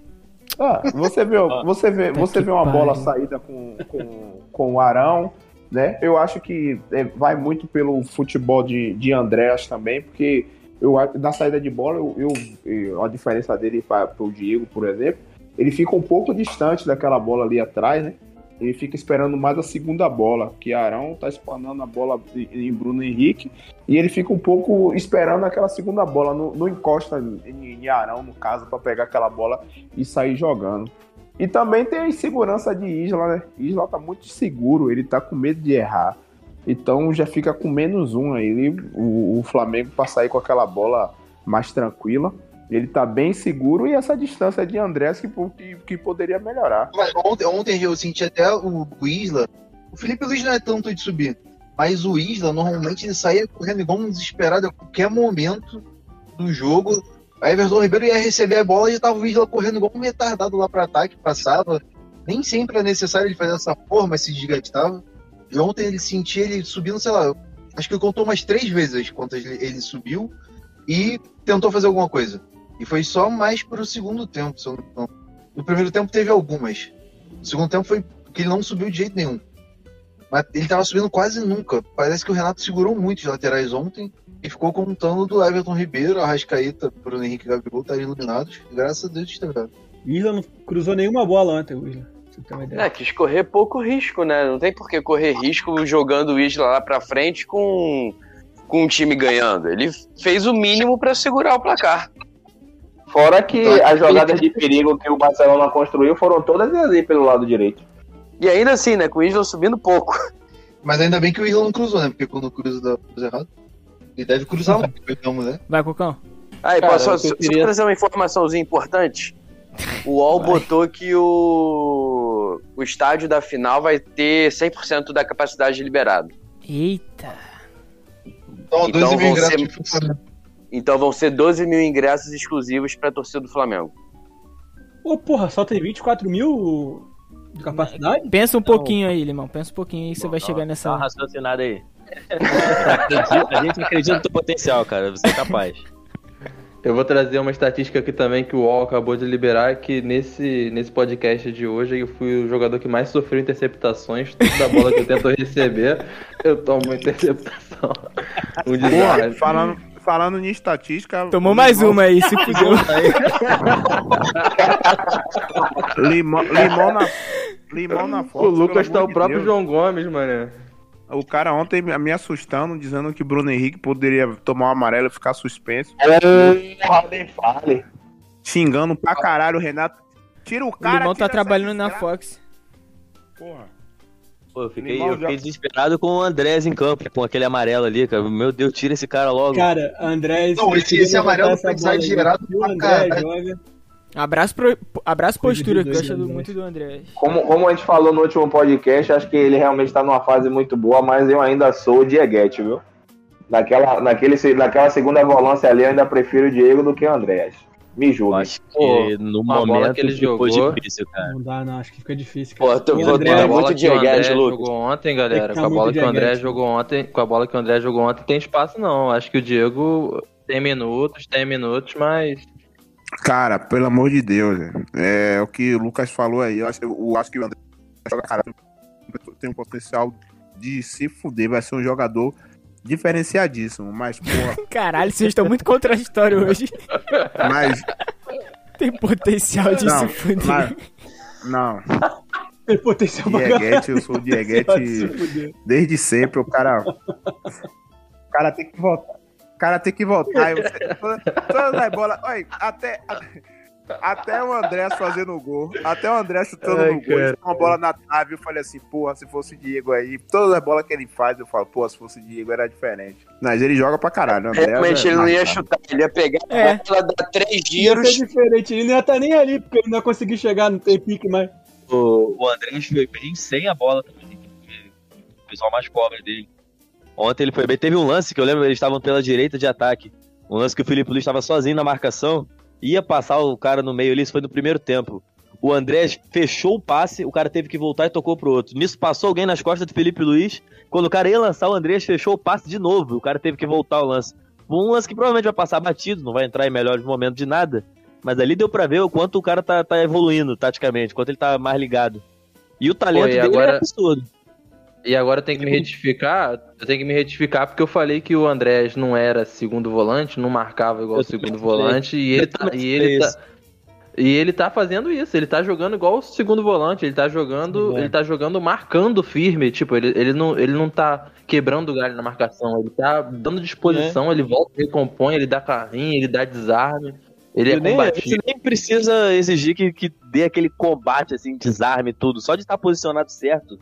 Ah, você vê, você vê, você vê uma bola saída com, com, com o Arão, né? Eu acho que é, vai muito pelo futebol de, de Andréas também, porque eu, na saída de bola, eu, eu, eu, a diferença dele para o Diego, por exemplo, ele fica um pouco distante daquela bola ali atrás, né? Ele fica esperando mais a segunda bola, que Arão tá espanando a bola em Bruno Henrique, e ele fica um pouco esperando aquela segunda bola, não, não encosta em, em Arão, no caso, para pegar aquela bola e sair jogando. E também tem a insegurança de Isla, né? Isla tá muito seguro, ele tá com medo de errar. Então já fica com menos um aí, o, o Flamengo para sair com aquela bola mais tranquila. Ele tá bem seguro e essa distância de Andrés que, que, que poderia melhorar. Mas ontem, ontem eu senti até o, o Isla. O Felipe Luiz não é tanto de subir, mas o Isla normalmente ele saía correndo igual um desesperado a qualquer momento do jogo. A Everton Ribeiro ia receber a bola e já tava o Isla correndo igual um retardado lá para ataque, passava. Nem sempre é necessário ele fazer dessa forma, se desgastava. E ontem ele sentia ele subindo, sei lá, acho que ele contou umas três vezes quantas ele, ele subiu e tentou fazer alguma coisa. E foi só mais pro segundo tempo. No primeiro tempo teve algumas. No segundo tempo foi que ele não subiu de jeito nenhum. Mas ele tava subindo quase nunca. Parece que o Renato segurou muito os laterais ontem e ficou contando do Everton Ribeiro, Arrascaeta, Bruno Henrique e Gabigol estarem iluminados. E graças a Deus estiveram. Isla não cruzou nenhuma bola ontem, o Isla. É, quis correr pouco risco, né? Não tem por que correr risco jogando o Isla lá pra frente com, com um time ganhando. Ele fez o mínimo pra segurar o placar. Fora que as jogadas de perigo que o Barcelona construiu foram todas ali pelo lado direito. E ainda assim, né? Com o Isla subindo pouco. Mas ainda bem que o Isla não cruzou, né? Porque quando cruza dá coisa errada. Ele deve cruzar lá, porque mulher. Vai, Cocão. Aí, Cara, posso só, queria... só trazer uma informaçãozinha importante? O U O L botou que o, o estádio da final vai ter cem por cento da capacidade liberada. Eita! Então, então, doze mil vão ser, ingressos então vão ser doze mil ingressos exclusivos para a torcida do Flamengo. Ô, porra, só tem vinte e quatro mil de capacidade? Pensa um pouquinho aí, Limão. Pensa um pouquinho aí que você vai chegar nessa... Dá uma raciocinada aí. A gente acredita no teu potencial, cara. Você é capaz. Eu vou trazer uma estatística aqui também que o U O L acabou de liberar, que nesse, nesse podcast de hoje eu fui o jogador que mais sofreu interceptações. Toda bola que eu tento receber, eu tomo uma interceptação. Um Porra, falando, falando em estatística... Tomou mais limão... uma aí, se fudeu. limão, limão na... Limão na foto. O Lucas tá o próprio Deus. João Gomes, mano. O cara ontem me assustando, dizendo que Bruno Henrique poderia tomar um amarelo e ficar suspenso. É, fale. Xingando pra caralho o Renato. Tira o cara. O Limão tá trabalhando na Fox. Porra. Pô, eu fiquei, eu fiquei desesperado com o Andrés em campo, com aquele amarelo ali, cara. Meu Deus, tira esse cara logo. Cara, Andrés... Não, esse, esse amarelo foi exagerado pra caralho. Abraço, pro, abraço postura, que eu gosto muito do André. Como, como a gente falou no último podcast, acho que ele realmente tá numa fase muito boa, mas eu ainda sou o Dieguete, viu? Naquela, naquele, naquela segunda volância ali, eu ainda prefiro o Diego do que o Andrés. Me julgue. Acho que no momento que ele ficou jogou- difícil, cara. Não dá, não. Acho que fica difícil. Pô, cara. eu tô O vou André- botar a bola muito que o André Dieguete, Lucas. jogou ontem, galera, Tem que com tá a bola muito que o André Dieguete. jogou ontem, com a bola que o André jogou ontem, tem espaço não. Acho que o Diego tem minutos, tem minutos, mas Cara, pelo amor de Deus, velho. É o que o Lucas falou aí. Eu acho, eu acho que o André joga, cara, tem um potencial de se fuder. Vai ser um jogador diferenciadíssimo. Mas, porra, Caralho, vocês estão muito contraditórios hoje. mas. Tem potencial de Não, se fuder. mas- não. Tem potencial pra Dieguete, eu sou o Dieguete Vai se fuder. desde sempre. O cara. O cara tem que voltar. O cara tem que voltar. Eu, todas, todas as bolas. Olha, até, até o André fazendo o gol. Até o André chutando Ai, no gol. cara. Uma bola na trave. Eu falei assim, porra, se fosse o Diego aí. Todas as bolas que ele faz, eu falo, porra, se fosse o Diego era diferente. Mas ele joga pra caralho. O André Realmente é ele não ia mais- chutar, ele ia pegar É. a bola, dar três Ia giros. ser diferente. Ele não ia estar nem ali, porque ele não ia conseguir chegar, não tem pique mais. O, o André foi bem sem a bola também. O pessoal mais cobra dele. Ontem ele foi bem. Teve um lance que eu lembro, eles estavam pela direita de ataque. Um lance que o Felipe Luiz estava sozinho na marcação. Ia passar o cara no meio ali, isso foi no primeiro tempo. O André fechou o passe, o cara teve que voltar e tocou pro outro. Nisso passou alguém nas costas do Felipe Luiz. Quando o cara ia lançar, o André fechou o passe de novo. O cara teve que voltar o lance. Um lance que provavelmente vai passar batido, não vai entrar em melhores momentos de nada. Mas ali deu pra ver o quanto o cara tá, tá evoluindo taticamente, o quanto ele tá mais ligado. E o talento Pô, e dele agora- é absurdo. E agora eu tenho que me retificar, eu tenho que me retificar porque eu falei que o Andrés não era segundo volante, não marcava igual Eu o segundo também volante, e Eu ele, tá, também e, ele falei tá, e ele tá fazendo isso, ele tá jogando igual o segundo volante, ele tá jogando, Sim, é. ele tá jogando marcando firme, tipo, ele, ele, não, ele não tá quebrando o galho na marcação, ele tá dando disposição, ele volta, recompõe, ele dá carrinho, ele dá desarme, ele é Eu nem, combativo. você nem precisa exigir que, que dê aquele combate, assim, desarme e tudo. Só de estar posicionado certo,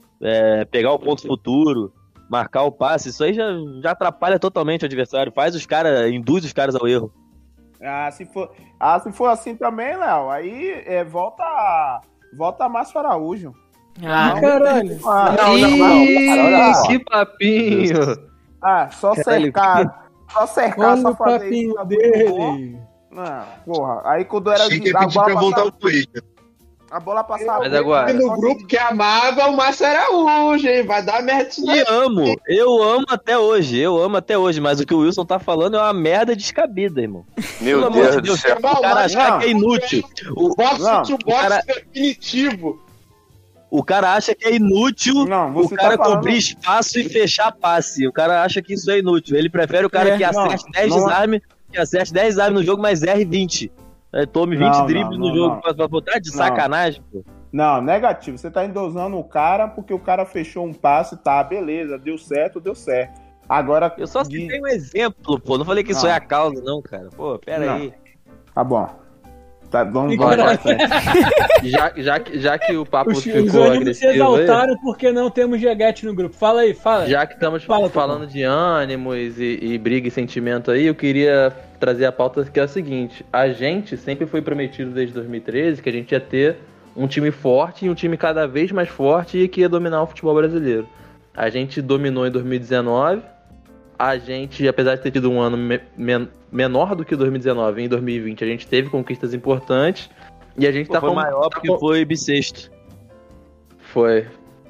é, pegar o ponto futuro, marcar o passe, isso aí já, já atrapalha totalmente o adversário. Faz os caras, induz os caras ao erro. Ah, se for, ah, se for assim também, Léo, aí é, volta, volta a Márcio Araújo. Ah, Não. caralho. Ah, Não, não, não, cara, olha Ih, só. que papinho! ah, só Caralho, cercar, só cercar, Olha só o fazer papinho isso. dele. Não, porra, aí quando era Achei que ia a pedir bola pra voltar passava, o Corinthians. a bola passava. Mas agora- E no grupo que amava o Márcio Araújo, hein? Vai dar merda isso E daí. amo, eu amo até hoje, eu amo até hoje, mas o que o Wilson tá falando é uma merda descabida, irmão. Meu Pelo amor Deus de do Deus, céu. o cara achar Não. que é inútil. O, Boxe Não, to o boxe cara- definitivo. o cara acha que é inútil Não, o você cara tá falando... cobrir espaço e fechar passe. O cara acha que isso é inútil. Ele prefere o cara É, que acerte não, dez não é- desarme, que acerte dez desarme no jogo, mas erre vinte. É, tome vinte Não, dribles não, no não, jogo não. pra, pra botar de Não. sacanagem, pô. Não, negativo. Você tá endosando o cara porque o cara fechou um passe, tá, beleza, deu certo, deu certo. Agora. Eu só de- citei um exemplo, pô. Não falei que isso Não. é a causa, não, cara. Pô, pera Não. aí. Tá bom. Tá, vamos, E vamos caralho. pra frente. Já, já, que- já que o papo Os, os ficou ânimos se agressivo aí, exaltaram porque não temos Jeguete no grupo. Fala aí, fala. já que estamos Fala, falando de ânimos e, e briga e sentimento aí, eu queria trazer a pauta que é a seguinte: a gente sempre foi prometido desde dois mil e treze que a gente ia ter um time forte e um time cada vez mais forte e que ia dominar o futebol brasileiro. A gente dominou em dois mil e dezenove, a gente, apesar de ter tido um ano me- men- menor do que dois mil e dezenove, em dois mil e vinte a gente teve conquistas importantes e a gente Pô, tá foi com- maior tá porque com- foi bissexto. Foi.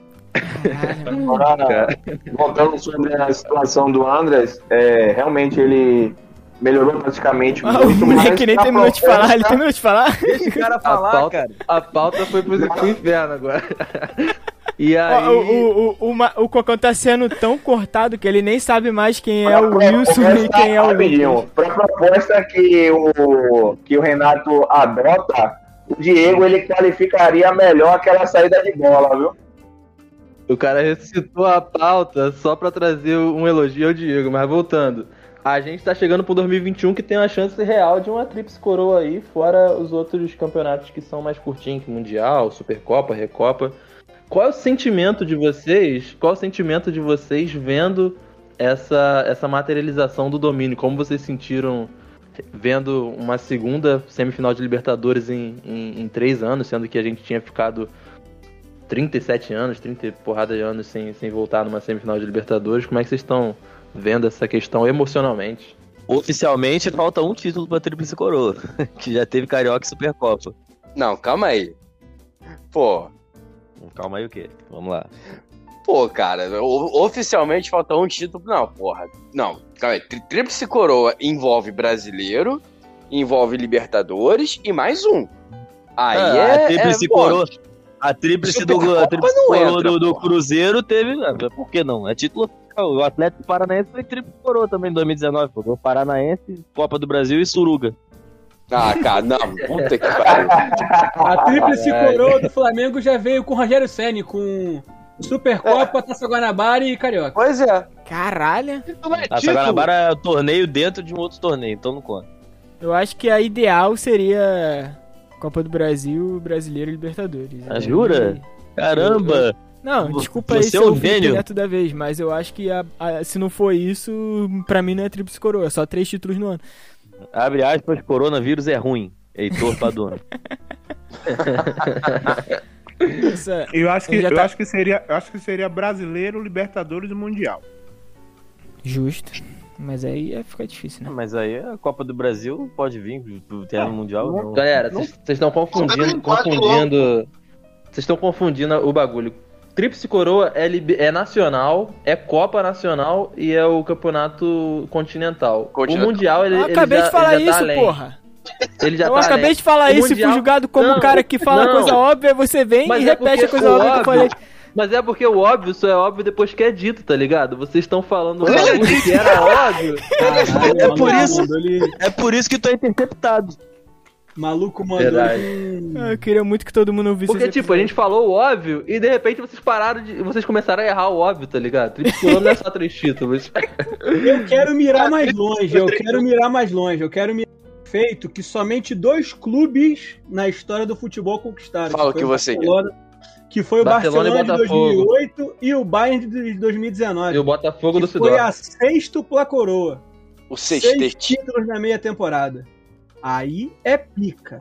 Agora, voltando sobre a situação do Andrés, é, realmente ele melhorou praticamente Ah, o muito, moleque nem a terminou de falar, ele proposta- terminou de falar. Deixa o cara A falar, pauta, cara. a pauta foi pro, pro inferno agora. E aí. Ó, o, o, o, o, Ma- o Cocão tá sendo tão cortado que ele nem sabe mais quem é Pra o Wilson e proposta- quem é o rapidinho, Lucas. Pra proposta que o, que o Renato adota, o Diego ele qualificaria melhor aquela saída de bola, viu? O cara recitou a pauta só pra trazer um elogio ao Diego, mas voltando. A gente tá chegando pro dois mil e vinte e um que tem uma chance real de uma tríplice coroa aí, fora os outros campeonatos que são mais curtinhos, que Mundial, Supercopa, Recopa. Qual é o sentimento de vocês? Qual é o sentimento de vocês vendo essa, essa materialização do domínio? Como vocês sentiram vendo uma segunda semifinal de Libertadores em, em, em três anos, sendo que a gente tinha ficado trinta e sete anos, trinta e porrada de anos sem, sem voltar numa semifinal de Libertadores? Como é que vocês estão vendo essa questão emocionalmente? Oficialmente falta um título pra Tríplice Coroa, que já teve Carioca e Supercopa. Não, calma aí. Pô. Calma aí o quê? Vamos lá. Pô, cara, o- oficialmente falta um título. Não, porra. Não, calma aí. Tri- Tríplice Coroa envolve brasileiro, envolve Libertadores e mais um. Aí Ah, é. a Tríplice é, pô, Coroa. A Tríplice do, a Supercopa tríplice não Coroa entra, do, do porra. Cruzeiro teve. ah, Por que não? É título oficial. O Atlético Paranaense foi Tríplice Coroa também em dois mil e dezenove. Pô. O Paranaense, Copa do Brasil e Suruga. Ah, cara, não. Puta que pariu. A tríplice Caralho. coroa do Flamengo já veio com o Rogério Ceni, com Supercopa, Taça Guanabara e Carioca. Pois é. Caralho. A Guanabara é o torneio dentro de um outro torneio, então não conta. Eu acho que a ideal seria Copa do Brasil, Brasileiro e Libertadores. Ah, jura? Caramba! Não, Vo- desculpa você aí é se um eu fui gênio. direto da vez, mas eu acho que a- a- se não for isso, pra mim não é tríplice coroa, é só três títulos no ano. Abre aspas, coronavírus é ruim. Heitor Padona. Essa- Eu acho que, já eu tá- acho que seria, eu acho que seria brasileiro, Libertadores e Mundial. Justo. Mas aí ia ficar difícil, né? Mas aí a Copa do Brasil pode vir pro terreno mundial. Não. Galera, vocês estão confundindo, confundindo. Vocês estão confundindo o bagulho. Tríplice Coroa é, lib- é nacional, é Copa Nacional e é o campeonato continental. Continental. O Mundial, ele, Eu ele acabei já, de falar ele já tá isso, além. porra. Ele já Eu tá acabei além. de falar O isso e Mundial- fui julgado como Não, um cara que fala não. coisa óbvia, aí você vem Mas e é repete porque a coisa o óbvia que eu falei. Mas é porque o óbvio só é óbvio depois que é dito, tá ligado? Vocês estão falando um bagulho que era óbvio. Caralho, É maluco por isso- mandou ele- É por isso que tu é interceptado. Maluco mandou Verdade. ele- Ah, Eu queria muito que todo mundo ouvisse Porque, esse tipo, a gente falou o óbvio e de repente vocês pararam de. Vocês começaram a errar o óbvio, tá ligado? Tríplice Coroa não é só três títulos. Eu quero mirar mais longe, eu quero mirar mais longe, eu quero mirar feito que somente dois clubes na história do futebol conquistaram. Fala o foi que o você Barcelona, que foi o Barcelona Barcelona, e de dois mil e Botafogo. oito e o Bayern de dois mil e dezenove. E o Botafogo do que foi Sidó. a sextupla coroa. O Seis sextete. títulos na meia temporada. Aí é pica.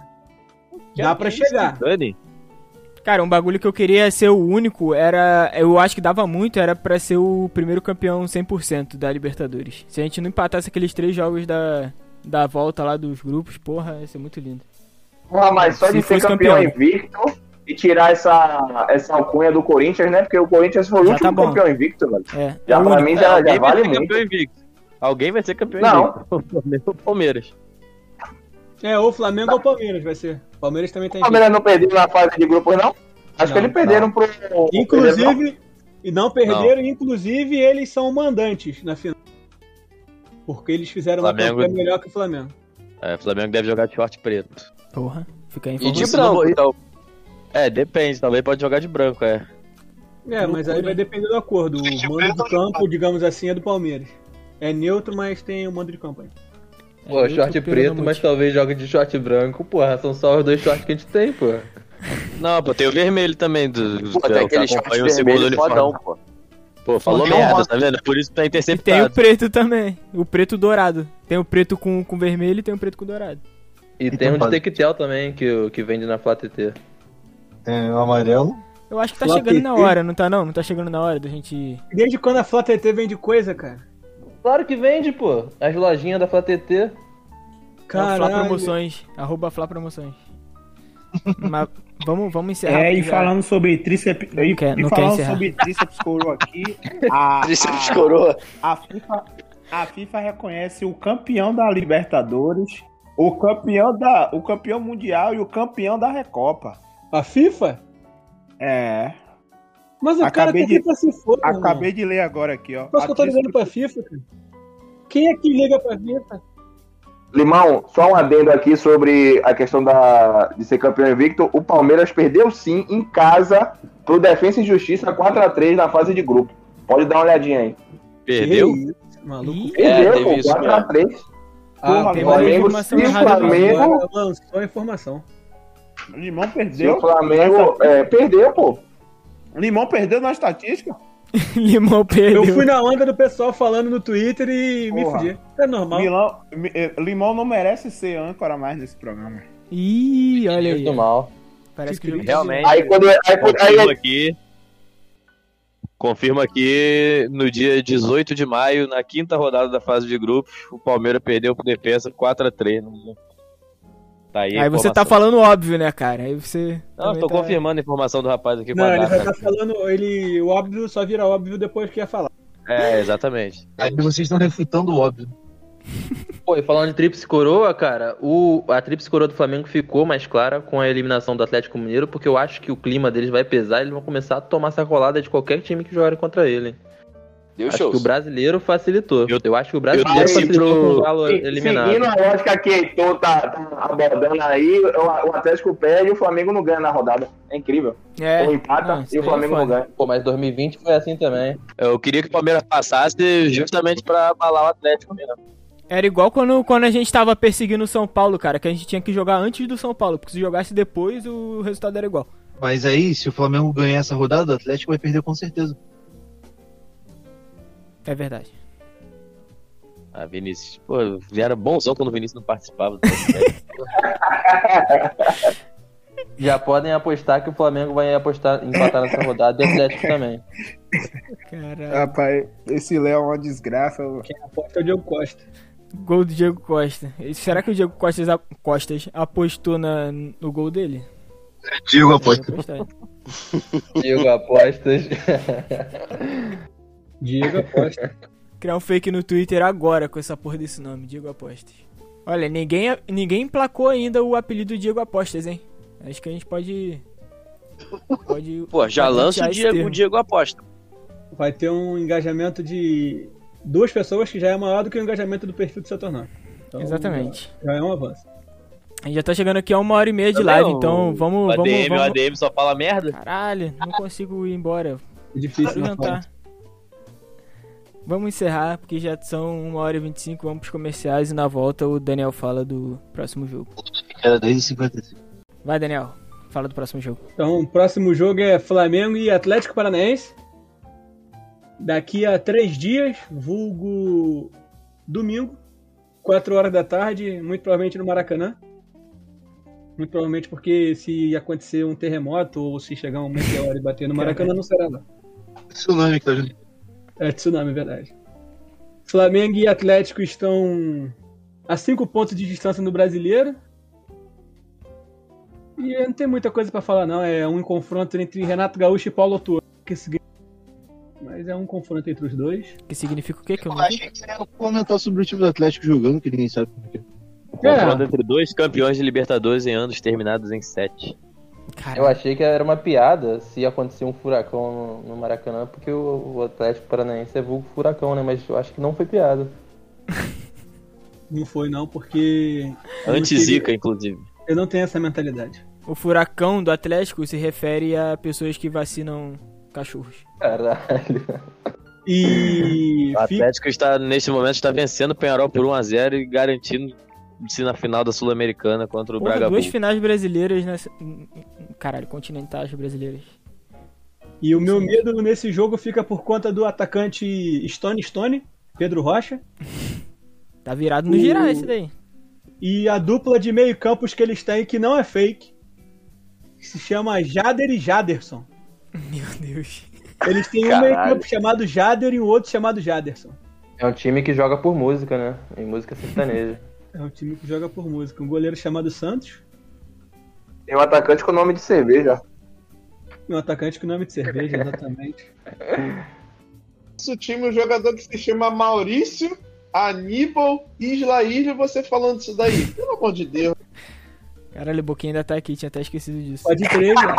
Dá pra chegar. Dani? Cara, um bagulho que eu queria ser o único era. Eu acho que dava muito, era pra ser o primeiro campeão cem por cento da Libertadores. Se a gente não empatasse aqueles três jogos da, da volta lá dos grupos, porra, ia ser muito lindo. Porra, mas só Se de ser fosse campeão, campeão. invicto e tirar essa, essa alcunha do Corinthians, né? Porque o Corinthians foi o Já último tá bom. campeão invicto, velho. É. Já é o pra único. mim já, Alguém já vai vale ser muito. campeão invicto. Alguém vai ser campeão Não. invicto. O Flamengo ou o Palmeiras. É, ou Flamengo ou Palmeiras vai ser. Palmeiras também tem. O Palmeiras não perdeu na fase de grupos, não? Acho que Não, eles perderam pro. Inclusive, e não perderam, inclusive eles são mandantes na final. Porque eles fizeram uma Flamengo- campanha melhor que o Flamengo. É, o Flamengo deve jogar de short preto. Porra, fica aí E de informação. branco, então. É, depende, talvez pode jogar de branco, é. É, mas aí vai depender do acordo. O mando de campo, digamos assim, é do Palmeiras. É neutro, mas tem o mando de campo aí. Pô, É, short eu tô preto, pegando mas muito. talvez jogue de short branco. Porra, são só os dois shorts que a gente tem, pô. Não, pô, tem o vermelho também. Do, Pô, que é tem o que aquele short acompanha o segundo vermelho fodão, uniforme. pô. Pô, falou Tem um merda, rosa. tá vendo? Por isso que tá E tem o interceptado. preto também. O preto dourado. Tem o preto com, com vermelho e tem o preto com dourado. E tem um de Tectel também, que, o- que vende na Flá T T. Tem o amarelo. Eu acho que tá Flá chegando na T T? hora, não tá não? Não tá chegando na hora da gente... Desde quando a Flá T T vende coisa, cara? Claro que vende, pô. As lojinhas da Flá T T. É o Flá Caralho. Promoções. Arroba Flá Promoções. Mas vamos, vamos encerrar. É, e porque já- falando sobre tríceps, e, quer- e não quer falando encerrar. sobre tríceps coroa aqui, a, Tríceps a- coroa. a FIFA, a FIFA reconhece o campeão da Libertadores, o campeão da, o campeão mundial e o campeão da Recopa. A FIFA? É. Mas o Acabei cara de- que FIFA se for. Acabei de ler agora aqui, ó. Mas que eu tô A ligando pra FIFA, cara. Quem é que liga pra FIFA? Limão, só um adendo aqui sobre a questão da, de ser campeão invicto. O Palmeiras perdeu sim em casa pro Defensa e Justiça quatro a três na fase de grupo. Pode dar uma olhadinha aí. Perdeu? Que isso, maluco. Ih, É, Perdeu, teve pô, isso quatro a três. Ah, Porra, tem agora- mais Flamengo, informação se o errada. Flamengo, agora lançou a informação. Limão se perdeu. o Flamengo é, perdeu, pô. Limão perdeu na estatística? Limão perdeu. Eu fui na onda do pessoal falando no Twitter e me Porra. fudi. É normal. Milão, mi- eh, Limão não merece ser âncora mais nesse programa. Ih, olha Deus aí. do mal. Parece que o jogo tá Realmente. Aí quando aí, aí, Confirmo aí, aqui. confirmo aqui, no dia dezoito de maio, na quinta rodada da fase de grupos, o Palmeiras perdeu pro Defensa quatro a três. Tá aí, aí você tá falando óbvio, né, cara? Aí você. Não, tô tá... confirmando a informação do rapaz aqui. Não, ele já tá falando, ele, o óbvio só vira óbvio depois que ia falar. É, exatamente. Aí vocês estão refutando o óbvio. Pô, e falando de tríplice coroa, cara, o, a tríplice coroa do Flamengo ficou mais clara com a eliminação do Atlético Mineiro, porque eu acho que o clima deles vai pesar e eles vão começar a tomar sacolada de qualquer time que jogar contra ele. Deu acho shows. que o brasileiro facilitou. Eu, eu acho que o Eu brasileiro facilitou pro... com o Galo eliminado. Seguindo a lógica que Heitor tá, tá abordando aí, o, o Atlético perde e o Flamengo não ganha na rodada. É incrível. É. Ou empata Não, e o Flamengo não ganha. Pô, mas dois mil e vinte foi assim também. Eu queria que o Palmeiras passasse justamente pra abalar o Atlético mesmo. Era igual quando, quando a gente tava perseguindo o São Paulo, cara, que a gente tinha que jogar antes do São Paulo, porque se jogasse depois, o resultado era igual. Mas aí, se o Flamengo ganhar essa rodada, o Atlético vai perder com certeza. É verdade. Ah, Vinícius. Pô, era bonzão quando o Vinícius não participava. Já podem apostar que o Flamengo vai apostar, empatar nessa rodada e o Atlético também. Caralho. Rapaz, esse Léo é uma desgraça. Quem aposta é o Diego Costa. Gol do Diego Costa. E será que o Diego Costas, Costas apostou na, no gol dele? Diego aposta. Diego apostas. Diego aposta. Criar um fake no Twitter agora com essa porra desse nome, Diego Apostas. Olha, ninguém, ninguém emplacou ainda o apelido Diego Apostas, hein? Acho que a gente pode... pode Pô, já lança o Diego, o Diego Aposta. Vai ter um engajamento de duas pessoas que já é maior do que o engajamento do perfil do seu tornado. Então, exatamente. Já, já é um avanço. A gente já tá chegando aqui a uma hora e meia de Também live, o- então vamos... O vamos, A D M, vamos... o A D M só fala merda. Caralho, não consigo ir embora. É difícil Quero não jantar. Vamos encerrar, porque já são uma hora e vinte e cinco, vamos pros comerciais e na volta o Daniel fala do próximo jogo. Era dez e cinquenta e cinco. Vai, Daniel, fala do próximo jogo. Então, o próximo jogo é Flamengo e Atlético Paranaense. Daqui a três dias, vulgo domingo, quatro horas da tarde, muito provavelmente no Maracanã. Muito provavelmente porque se acontecer um terremoto ou se chegar um meteoro e bater no Maracanã, não será lá. Tsunami que tá junto. É tsunami, é verdade. Flamengo e Atlético estão a cinco pontos de distância no Brasileiro. E não tem muita coisa pra falar, não. É um confronto entre Renato Gaúcho e Paulo Autuori. Que significa... Mas é um confronto entre os dois. Que significa o quê? Que eu Eu não vi? achei que você ia comentar sobre o time do Atlético jogando, que ninguém sabe como é que é. Confronto entre dois campeões de Libertadores em anos terminados em sete. Eu achei que era uma piada se acontecer um furacão no, no Maracanã, porque o, o Atlético Paranaense é vulgo furacão, né? Mas eu acho que não foi piada. Não foi, não, porque. eu não Anti-zica, queria- inclusive. Eu não tenho essa mentalidade. O furacão do Atlético se refere a pessoas que vacinam cachorros. Caralho. E. O Atlético está, neste momento, está vencendo o Penharol por um a zero e garantindo-se na final da Sul-Americana contra o Porra, Bragantino. duas finais brasileiras nessa... Caralho, continentais brasileiras. E o meu medo nesse jogo fica por conta do atacante Stone Stone, Pedro Rocha. Tá virado no O- girar esse daí. E a dupla de meio campos que eles têm, que não é fake, que se chama Jader e Jaderson. Meu Deus. Eles têm um Caralho. meio campo chamado Jader e um outro chamado Jaderson. É um time que joga por música, né? Em música sertaneja. É um time que joga por música. Um goleiro chamado Santos Tem um atacante com nome de cerveja. e um atacante com nome de cerveja, exatamente. Nosso time, um jogador que se chama Maurício, Aníbal, Isla Ilha, você falando isso daí. Pelo amor de Deus. Caralho, o Boquinha ainda tá aqui, tinha até esquecido disso. Pode crer, velho.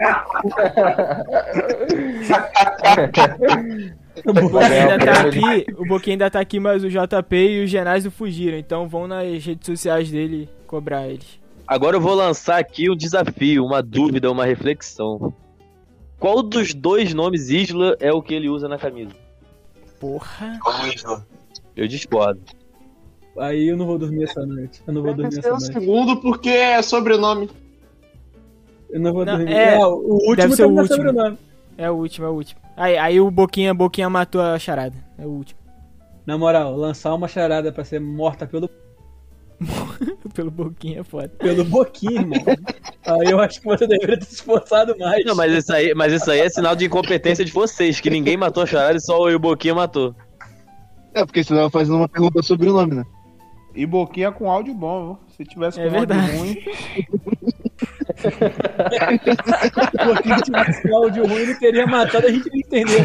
O Boquinha ainda tá aqui, o Boquinha ainda tá aqui, mas o J P e o Genásio fugiram. Então vão nas redes sociais dele cobrar eles. Agora eu vou lançar aqui um desafio, uma dúvida, uma reflexão. Qual dos dois nomes Isla é o que ele usa na camisa? Porra. Eu discordo. Aí eu não vou dormir essa noite. Eu não vou dormir Esse essa é o noite. segundo porque é sobrenome. Eu não vou Não, dormir. é, É, o último deve ser também o é último. sobrenome. É o último, é o último. Aí, aí o Boquinha, Boquinha matou a charada. É o último. Na moral, lançar uma charada pra ser morta pelo. Pelo Boquinha é foda. Pelo Boquinha, irmão. Aí eu acho que você deveria ter se esforçado mais. Não, mas isso aí, mas isso aí é sinal de incompetência de vocês, que ninguém matou a charada e só eu e o Boquinha matou. É, porque senão eu fazendo uma pergunta sobre o nome, né? E Boquinha com áudio bom, viu? Se tivesse com É áudio verdade. ruim. Se o Boquinha tivesse com áudio ruim, ele teria matado, a gente não entendeu.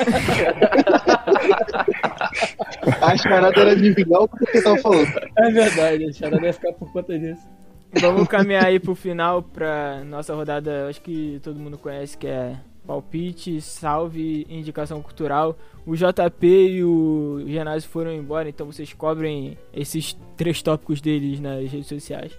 A charada era adivinhar o que você tava falando. É verdade, a charada ia ficar por conta disso. Vamos caminhar aí pro final, pra nossa rodada, acho que todo mundo conhece, que é palpite, salve e indicação cultural. O J P e o Genásio foram embora, então vocês cobrem esses três tópicos deles nas redes sociais.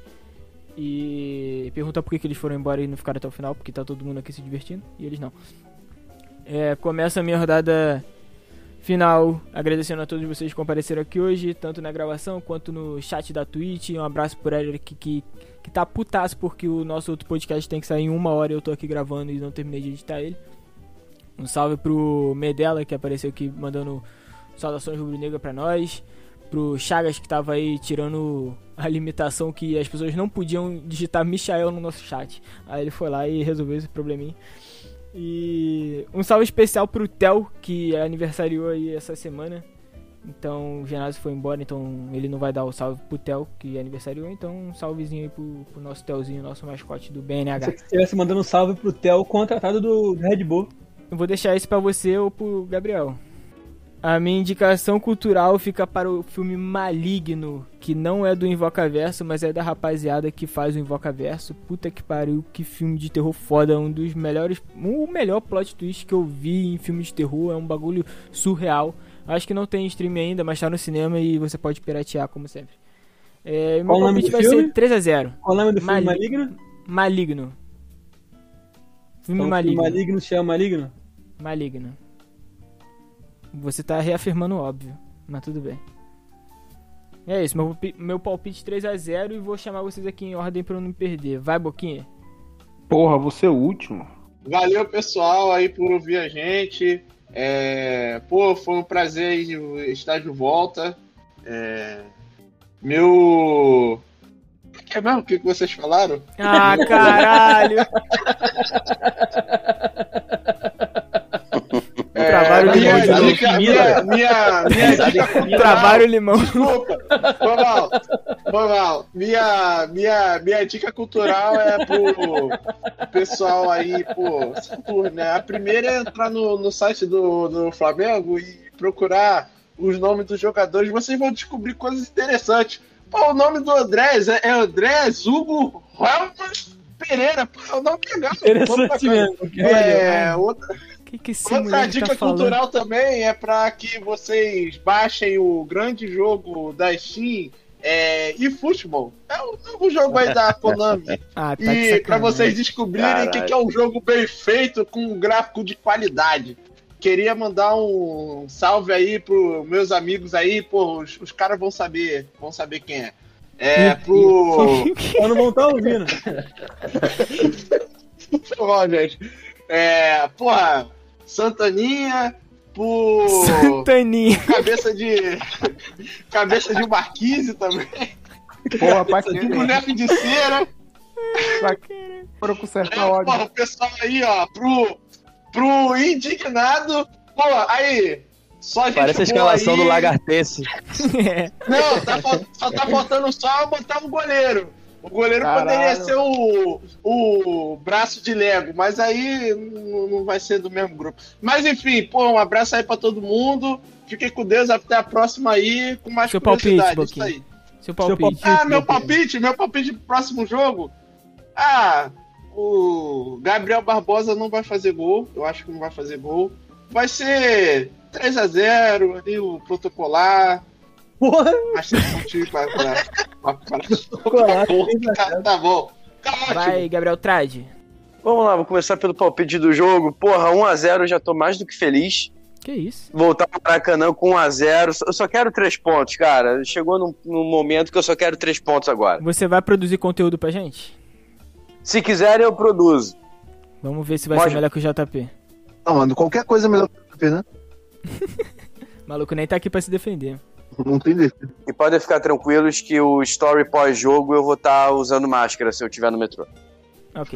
E pergunta por que, que eles foram embora e não ficaram até o final, porque tá todo mundo aqui se divertindo e eles não. É, começa a minha rodada final, agradecendo a todos vocês que compareceram aqui hoje, tanto na gravação quanto no chat da Twitch. Um abraço por Eric que, que tá putaço porque o nosso outro podcast tem que sair em uma hora e eu tô aqui gravando e não terminei de editar ele. Um salve pro Medela que apareceu aqui mandando saudações rubro-negra pra nós. Pro Chagas que tava aí tirando a limitação que as pessoas não podiam digitar Michael no nosso chat. Aí ele foi lá e resolveu esse probleminha. E um salve especial pro Theo, que aniversariou aí essa semana. Então o Genásio foi embora, então ele não vai dar o salve pro Theo, que aniversariou. Então um salvezinho aí pro, pro nosso Theozinho, nosso mascote do B N H. Se você estivesse mandando um salve pro Theo, contratado do Red Bull. Eu vou deixar isso pra você ou pro Gabriel. A minha indicação cultural fica para o filme Maligno, que não é do Invocaverso, mas é da rapaziada que faz o Invocaverso. Puta que pariu, que filme de terror foda, um dos melhores, o melhor plot twist que eu vi em filme de terror, é um bagulho surreal. Acho que não tem stream ainda, mas tá no cinema e você pode piratear como sempre. É, meu palpite vai ser três a zero. Qual o nome do filme? Mali- Maligno? Maligno. Filme Então, Maligno. filme Maligno se chama Maligno? Maligno. Você tá reafirmando o óbvio, mas tudo bem. É isso, meu, palpi- meu palpite três a zero e vou chamar vocês aqui em ordem pra eu não me perder. Vai, Boquinha. Porra, você é o último. Valeu, pessoal, aí por ouvir a gente. É, pô, foi um prazer estar de volta. É, meu... É mesmo o que que vocês falaram? Ah, caralho! É, Travaram o limão minha de novo. dica- minha, minha, minha dica cultural- Travaram o limão. Desculpa, foi mal, foi mal. Minha, minha, minha dica cultural é pro pessoal aí, pô, Saturno, né? A primeira é entrar no, no site do, do Flamengo e procurar os nomes dos jogadores. Vocês vão descobrir coisas interessantes. Pô, o nome do Andrés é, é Andrés Hugo Ramos Pereira. Pô, é um nome legal. Interessante mesmo. que É, olha, outra, Que que esse outra moleque dica tá falando? cultural também é para que vocês baixem o grande jogo da Steam, é, eFootball. É o novo jogo aí da Konami. Ah, tá de E para sacanagem. vocês descobrirem o que, que é um jogo bem feito com um gráfico de qualidade. Queria mandar um salve aí pros meus amigos aí, pô, os, os caras vão saber, vão saber quem é. É, pro... Só não vão estar ouvindo. Foi mal, gente. É, porra, Santaninha, por Santaninha. cabeça de cabeça de Marquise também. Porra, pra De quê? boneco de cera. Pra consertar É, o ódio. porra, o pessoal aí, ó, pro, pro indignado. Pô, aí, só gente Parece a boa escalação aí. do Lagartense. É. Não, tá, fal- só tá faltando só botar um goleiro. O goleiro Caralho. poderia ser o, o braço de Lego, mas aí não não vai ser do mesmo grupo. Mas enfim, pô, um abraço aí pra todo mundo. Fiquem com Deus, até a próxima aí, com mais Seu palpite, curiosidade. Isso Boquinha. aí. Seu palpite. Ah, meu palpite, meu palpite pro próximo jogo. Ah, o Gabriel Barbosa não vai fazer gol. Eu acho que não vai fazer gol. Vai ser três a zero, ali o protocolar. Porra! Acho que é um time pra. pra, pra, pra... Protocolar, tá, tá bom. Tá ótimo. Vai, Gabriel, trade. Vamos lá, vou começar pelo palpite do jogo. Porra, um a zero eu já tô mais do que feliz. Que isso? Voltar pro Maracanã com um a zero. Eu só quero três pontos, cara. Chegou num, num momento que eu só quero três pontos agora. Você vai produzir conteúdo pra gente? Se quiserem, eu produzo. Vamos ver se vai Pode. ser melhor que o J P. Não, mano, qualquer coisa é melhor que o J P, né? O maluco nem tá aqui pra se defender. Não tem defesa. E podem ficar tranquilos que o story pós-jogo eu vou estar usando máscara se eu estiver no metrô. Ok.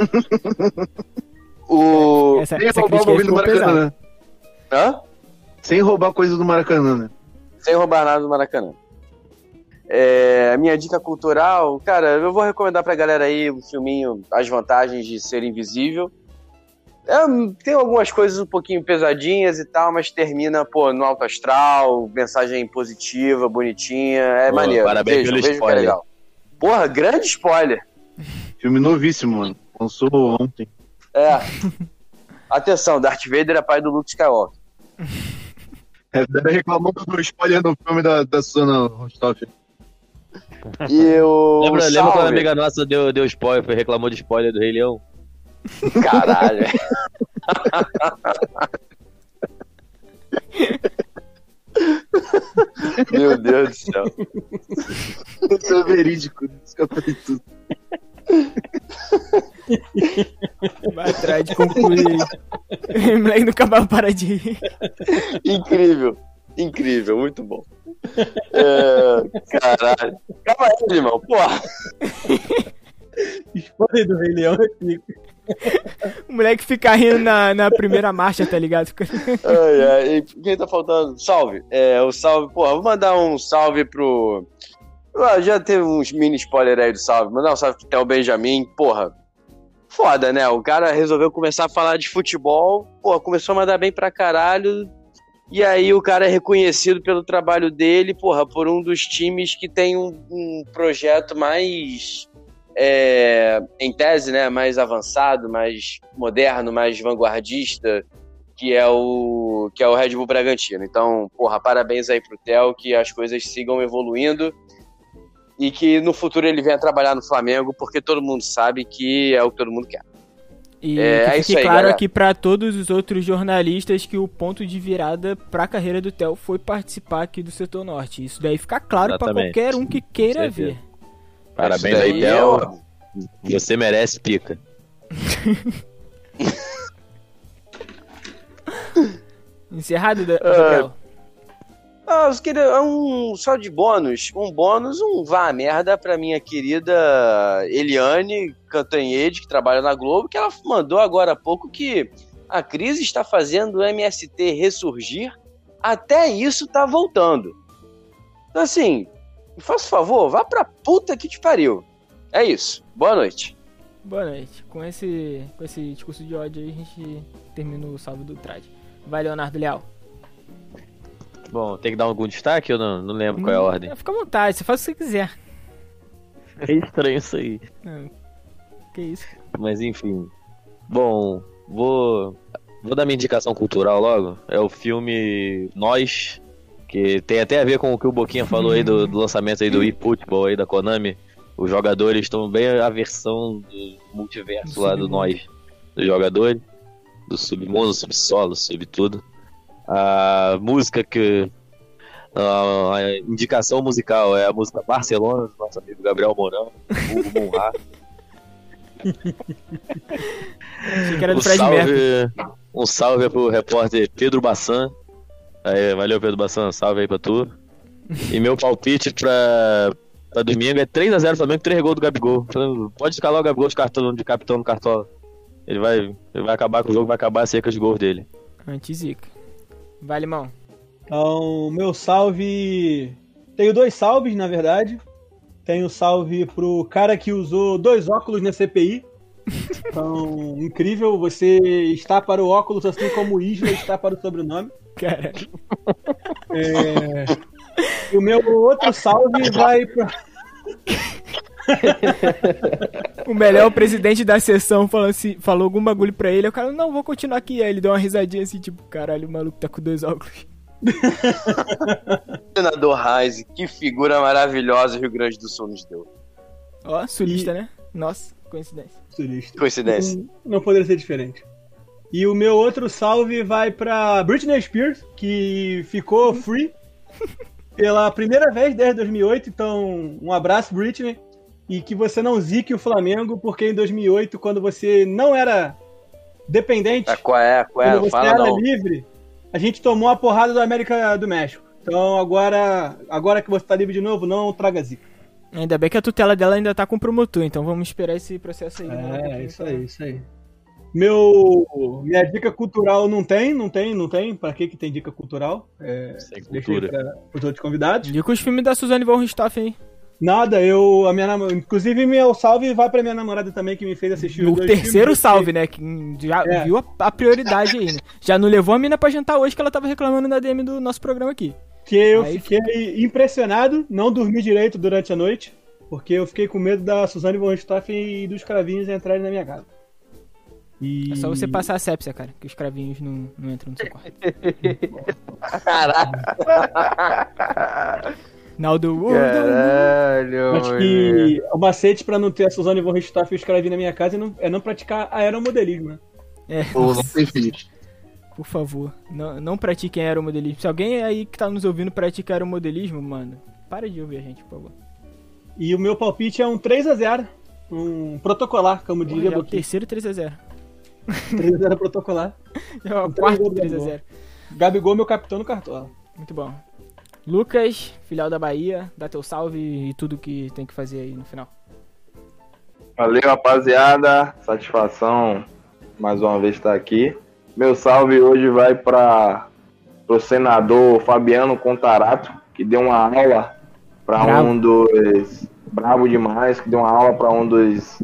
O... Essa, Sem essa roubar o crítica aí bagulho do ficou pesada. Maracanã. Hã? Sem roubar coisa do Maracanã, né? Sem roubar nada do Maracanã. É, minha dica cultural, cara, eu vou recomendar pra galera aí o filminho As Vantagens de Ser Invisível. É, tem algumas coisas um pouquinho pesadinhas e tal, mas termina, pô, no alto astral, mensagem positiva, bonitinha, é Pô, maneiro. parabéns Vejam, pelo vejam que é spoiler. legal. Porra, grande spoiler. Filme novíssimo, mano. Lançou ontem. É. Atenção, Darth Vader é pai do Luke Skywalker. É, deve reclamando do spoiler no filme da, da Susana Rostoff. E o Lembra, lembra salve. quando a amiga nossa deu, deu spoiler, foi, reclamou de spoiler do Rei Leão? Caralho. Meu Deus do céu. Isso é verídico, isso que eu falei tudo. Vai atrás de concluir. O moleque nunca vai parar de rir. Incrível. Incrível, muito bom. É, caralho. Calma aí, irmão, porra. Spoiler do Rei Leão é pico. O moleque fica rindo na, na primeira marcha, tá ligado? Fica... Ai, ai, quem tá faltando? Salve. É, o salve, porra, vou mandar um salve pro... Ah, já teve uns mini spoiler aí do salve. Mandar um salve pro Theo Benjamin, porra. Foda, né? O cara resolveu começar a falar de futebol, porra, começou a mandar bem pra caralho. E aí o cara é reconhecido pelo trabalho dele, porra, por um dos times que tem um, um projeto mais... É, em tese, né, mais avançado, mais moderno, mais vanguardista, que é o que é o Red Bull Bragantino. Então, porra, parabéns aí pro Theo, que as coisas sigam evoluindo e que no futuro ele venha trabalhar no Flamengo, porque todo mundo sabe que é o que todo mundo quer. E é, que é fique isso aí, claro galera. aqui pra todos os outros jornalistas que o ponto de virada pra carreira do Theo foi participar aqui do Setor Norte. Isso daí fica claro pra Exatamente. qualquer um que queira Com certeza. ver. Parabéns Isso aí, daí Theo. é- Você merece pica. Encerrado, da- É. Gabriel? Ah, eu queria é um só de bônus, um bônus, um vá a merda pra minha querida Eliane Cantanhede, que trabalha na Globo, que ela mandou agora há pouco que a crise está fazendo o M S T ressurgir, até isso tá voltando. Então assim, me faça um favor, vá pra puta que te pariu. É isso, boa noite. Boa noite. Com esse, com esse discurso de ódio aí, a gente termina o salve do Trade. Vai, Leonardo Leal. Bom, tem que dar algum destaque? Eu não, não lembro qual é a ordem. Fica à vontade, você faz o que você quiser. É estranho isso aí. Não, que isso? Mas enfim. Bom, vou, vou dar minha indicação cultural logo. É o filme Nós, que tem até a ver com o que o Boquinha falou aí do, do lançamento aí do eFootball aí da Konami. Os jogadores estão bem a versão do multiverso Do lá do submundo. Nós, dos jogadores, do submundo, subsolo, sub tudo. A música que... A, a indicação musical é a música Barcelona, do nosso amigo Gabriel Mourão, Hugo Monra. Achei que era do Um Fred Mercury. salve, um salve pro repórter Pedro Bassan. Aí, valeu, Pedro Bassan, salve aí pra tu. E meu palpite pra, pra domingo é três a zero Flamengo, três gols do Gabigol. Pode escalar o Gabigol de, cartão, de capitão no Cartola. Ele vai, ele vai acabar com o jogo, vai acabar a seca de gols dele. Anti-zica. Vai, Limão. Então, meu salve. Tenho dois salves, na verdade. Tenho salve pro cara que usou dois óculos na C P I. Então, incrível. Você está para o óculos assim como o Isla está para o sobrenome. Caralho. É... E o meu outro salve vai para. O melhor presidente da sessão falou, assim, falou algum bagulho pra ele. O cara, não, vou continuar aqui. Aí ele deu uma risadinha assim, tipo, caralho, o maluco tá com dois óculos. Senador Reis, que figura maravilhosa o Rio Grande do Sul nos deu. Ó, sulista, né? Nossa, coincidência. Sulista. Coincidência. Não, não poderia ser diferente. E o meu outro salve vai pra Britney Spears, que ficou free pela primeira vez desde dois mil e oito. Então, um abraço, Britney. E que você não zique o Flamengo, porque em dois mil e oito, quando você não era dependente, Ah, qual é? Qual é? quando você Fala era não. livre, a gente tomou a porrada do América do México. Então agora, agora que você tá livre de novo, não traga zica. Ainda bem que a tutela dela ainda tá com o promotor, então vamos esperar esse processo aí. É, isso aí, isso aí. Meu, minha dica cultural não tem, não tem, não tem. Pra que que tem dica cultural? É, Sem deixa aí cultura. pra, pros outros convidados. Dica os filmes da Suzane von Richthofen aí. Nada, eu, a minha namorada, inclusive meu salve vai pra minha namorada também que me fez assistir os O dois terceiro filmes, salve, né? Que já É. viu a, a prioridade aí, né? Já não levou a mina pra jantar hoje que ela tava reclamando na D M do nosso programa aqui. Que eu Aí- fiquei impressionado, não dormi direito durante a noite, porque eu fiquei com medo da Suzane von Richthofen e dos cravinhos entrarem na minha casa. E... É só você passar a sepsia, cara, que os cravinhos não, não entram no seu quarto. Naldo World. Caralho, Acho que o macete pra não ter a Suzane von Richthofen e os cravinhos na minha casa é não, é não praticar aeromodelismo, né? É, Pô, não tem filho. por favor, não, não pratiquem aeromodelismo. Se alguém aí que tá nos ouvindo pratica aeromodelismo, mano, para de ouvir a gente, por favor. E o meu palpite é um três a zero. Um protocolar, como Porra, diria já é o Boquinha. terceiro três a zero. três a zero protocolar. Já é o Um quarto três três a a zero. zero. Gabigol, meu capitão no cartola. Muito bom. Lucas, filial da Bahia, dá teu salve e tudo que tem que fazer aí no final. Valeu, rapaziada. Satisfação mais uma vez estar aqui. Meu salve hoje vai para o senador Fabiano Contarato, que deu uma aula para Bravo. um dos. Bravo demais, que deu uma aula para um dos.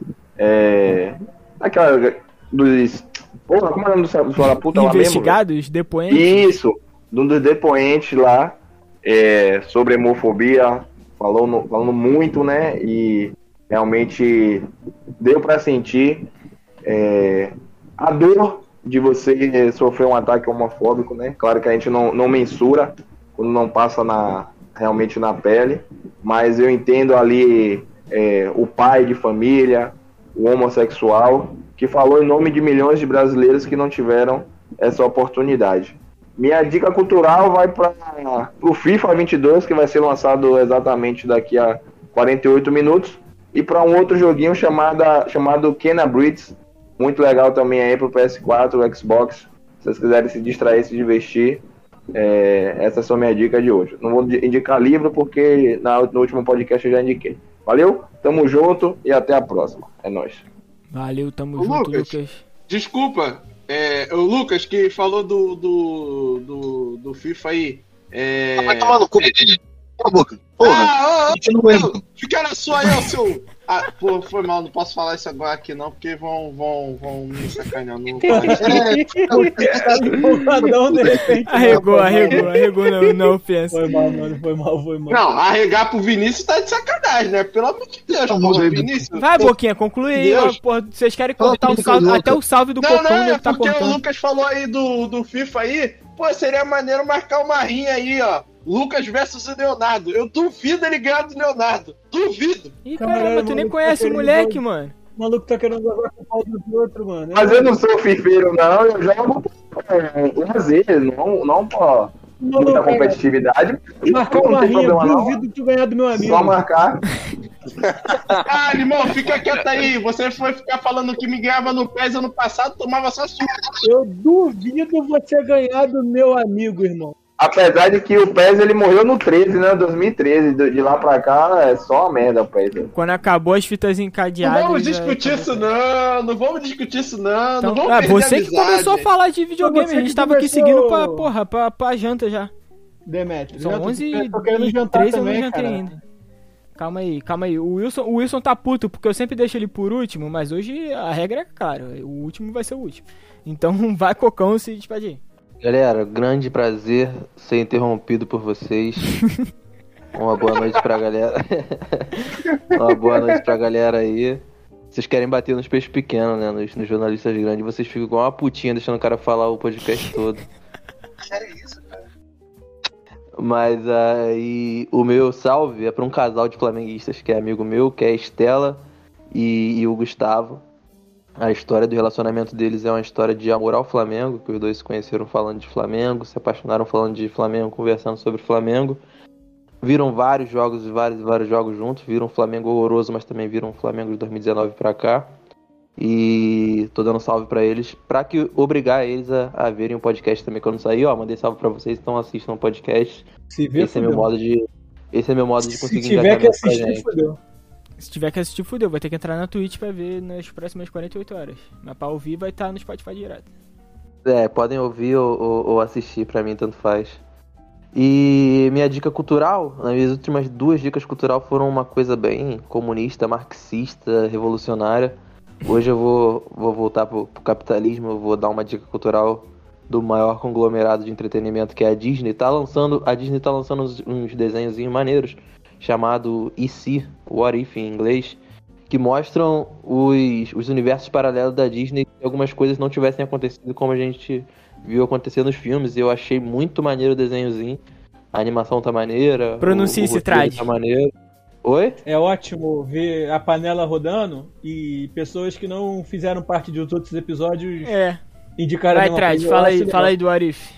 É, aquela. Dos. Porra, como é o nome do filho da puta lá mesmo? Investigados, depoentes. Isso, de um dos depoentes lá, é, sobre hemofobia, falou no- falando muito, né? E realmente deu pra sentir é, a dor de você sofrer um ataque homofóbico, né? Claro que a gente não, não mensura quando não passa na, realmente na pele, mas eu entendo ali é, o pai de família, o homossexual, que falou em nome de milhões de brasileiros que não tiveram essa oportunidade. Minha dica cultural vai para o FIFA vinte e dois, que vai ser lançado exatamente daqui a quarenta e oito minutos, e para um outro joguinho chamada, chamado Kena Breeds, muito legal também aí para o P S quatro, Xbox, se vocês quiserem se distrair, se divertir. É, essas são minhas dicas de hoje. Não vou indicar livro porque na, no último podcast eu já indiquei. Valeu, tamo junto e até a próxima. É nóis. Valeu, tamo Ô, junto, Lucas. Lucas. Desculpa, é, o Lucas que falou do, do, do, do FIFA aí. É... Vai tomar no cu. Cala a boca. Porra. Ah, a gente não aguenta. ah, fica na sua aí, ó, seu. Ah, pô, foi mal, não posso falar isso agora aqui não, porque vão, vão, vão me sacanear. Não vou falar isso. Tá empolgadão, de repente. Arregou, Não, arregou, arregou não, não ofensa. Foi mal, mano, foi mal, foi mal. Não, arregar pro Vinícius tá de sacanagem, né? Pelo amor de Deus, porra, Vinícius. Vai, Boquinha, conclui aí, ó, Deus. porra, vocês querem Fala cortar o tudo, salve, Lucas. até o salve do Não, Cocão não, é deve tá porque o cortando. Lucas falou aí do, do FIFA aí. Pô, seria maneiro marcar uma rinha aí, ó. Lucas versus o Leonardo. Eu duvido ele ganhar do Leonardo. Duvido. Ih, Caralho, caramba, tu nem maluco, conhece tá o moleque, querendo- mano. O maluco tá querendo jogar com o pau dos outros, mano. Mas eu não sou fifeiro, não. Eu jogo por lazer, não, não por muita Maluco, competitividade. marcar Não uma tem rinha, problema, não. duvido tu ganhar do meu amigo. Só marcar. Ah, irmão, fica quieto aí. Você foi ficar falando que me ganhava no P E S ano passado, tomava só suco. Eu duvido você ganhar do meu amigo, irmão. Apesar de que o P E S ele morreu no treze, né? dois mil e treze. De de lá pra cá é só uma merda o P E S. Quando acabou as fitas Não encadeadas. vamos já- discutir isso, não. Não vamos discutir isso, não. Então, não vamos ah, perder você a que amizade. começou a falar de videogame, Você a gente que tava aqui começou- seguindo pra, porra, pra, pra janta já. Demetrio. São né? Eu tô- onze eu tô querendo e jantar três eu não também, jantei cara. ainda. Calma aí, calma aí. O Wilson, o Wilson tá puto, porque eu sempre deixo ele por último, mas hoje a regra é clara, o último vai ser o último. Então vai, Cocão, se despede aí. Galera, grande prazer ser interrompido por vocês. Uma boa noite pra galera. Uma boa noite pra galera aí. Vocês querem bater nos peixes pequenos, né? Nos, nos jornalistas grandes. Vocês ficam igual uma putinha deixando o cara falar o podcast todo. É isso, cara. Mas aí o meu salve é pra um casal de flamenguistas que é amigo meu, que é a Estela e, e o Gustavo. A história do relacionamento deles é uma história de amor ao Flamengo, que os dois se conheceram falando de Flamengo, se apaixonaram falando de Flamengo, conversando sobre Flamengo. Viram vários jogos, vários vários jogos juntos, viram um Flamengo horroroso, mas também viram um Flamengo de dois mil e dezenove pra cá. E tô dando salve pra eles, pra que obrigar eles a, a verem o podcast também quando sair. Ó, mandei salve pra vocês, então assistam o podcast. Se vê, esse é meu modo de Esse é meu modo de conseguir Se tiver que engajamento pra assistir, gente. fodeu. Se tiver que assistir, fudeu. Vai ter que entrar na Twitch pra ver nas próximas quarenta e oito horas. Mas pra ouvir vai estar no Spotify direto. É, podem ouvir ou, ou, ou assistir, pra mim tanto faz. E minha dica cultural, as minhas últimas duas dicas cultural foram uma coisa bem comunista, marxista, revolucionária. Hoje eu vou, vou voltar pro, pro capitalismo, eu vou dar uma dica cultural do maior conglomerado de entretenimento que é a Disney. Tá lançando, a Disney tá lançando uns, uns desenhozinhos maneiros, chamado E Se, What If em inglês, que mostram os, os universos paralelos da Disney, que algumas coisas não tivessem acontecido como a gente viu acontecer nos filmes. E eu achei muito maneiro o desenhozinho. A animação tá maneira. Pronuncie esse trade. Tá maneiro. Oi? É ótimo ver a panela rodando e pessoas que não fizeram parte de outros episódios É. indicaram Vai, alguma Trade, coisa. fala Eu acho aí, fala aí legal. do Arif.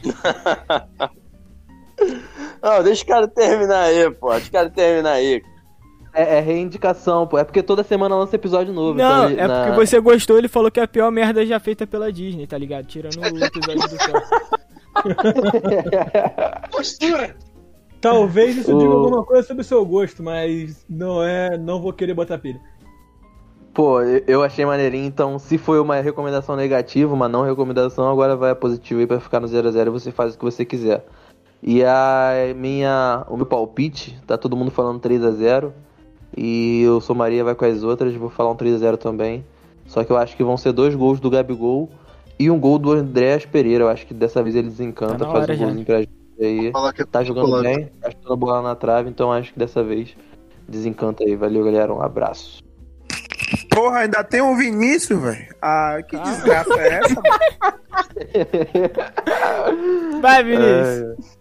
Não, deixa o cara terminar aí, pô. Deixa o cara terminar aí. É, é reindicação, pô. É porque toda semana lança episódio novo. Não, então, é na- porque você gostou, ele falou que é a pior merda já feita pela Disney, tá ligado? Tirando o episódio do céu. Postura! Talvez isso diga O- alguma coisa sobre o seu gosto, mas não é, não vou querer botar pilha. Pô, eu eu achei maneirinho, então se foi uma recomendação negativa, uma não recomendação, agora vai a positiva aí pra ficar no zero a zero e você faz o que você quiser. E a minha, o meu palpite, tá todo mundo falando três a zero, e eu sou Maria, vai com as outras, vou falar um três a zero também. Só que eu acho que vão ser dois gols do Gabigol e um gol do Andréas Pereira. Eu acho que dessa vez ele desencanta, Tá na faz hora um já. golzinho pra gente aí. Falar que é Tá jogando colado. bem, tá chutando a bola na trave, então acho que dessa vez desencanta aí. Valeu, galera, um abraço. Porra, ainda tem um Vinícius, velho. Ah, que desgraça é essa? Vai, Vinícius.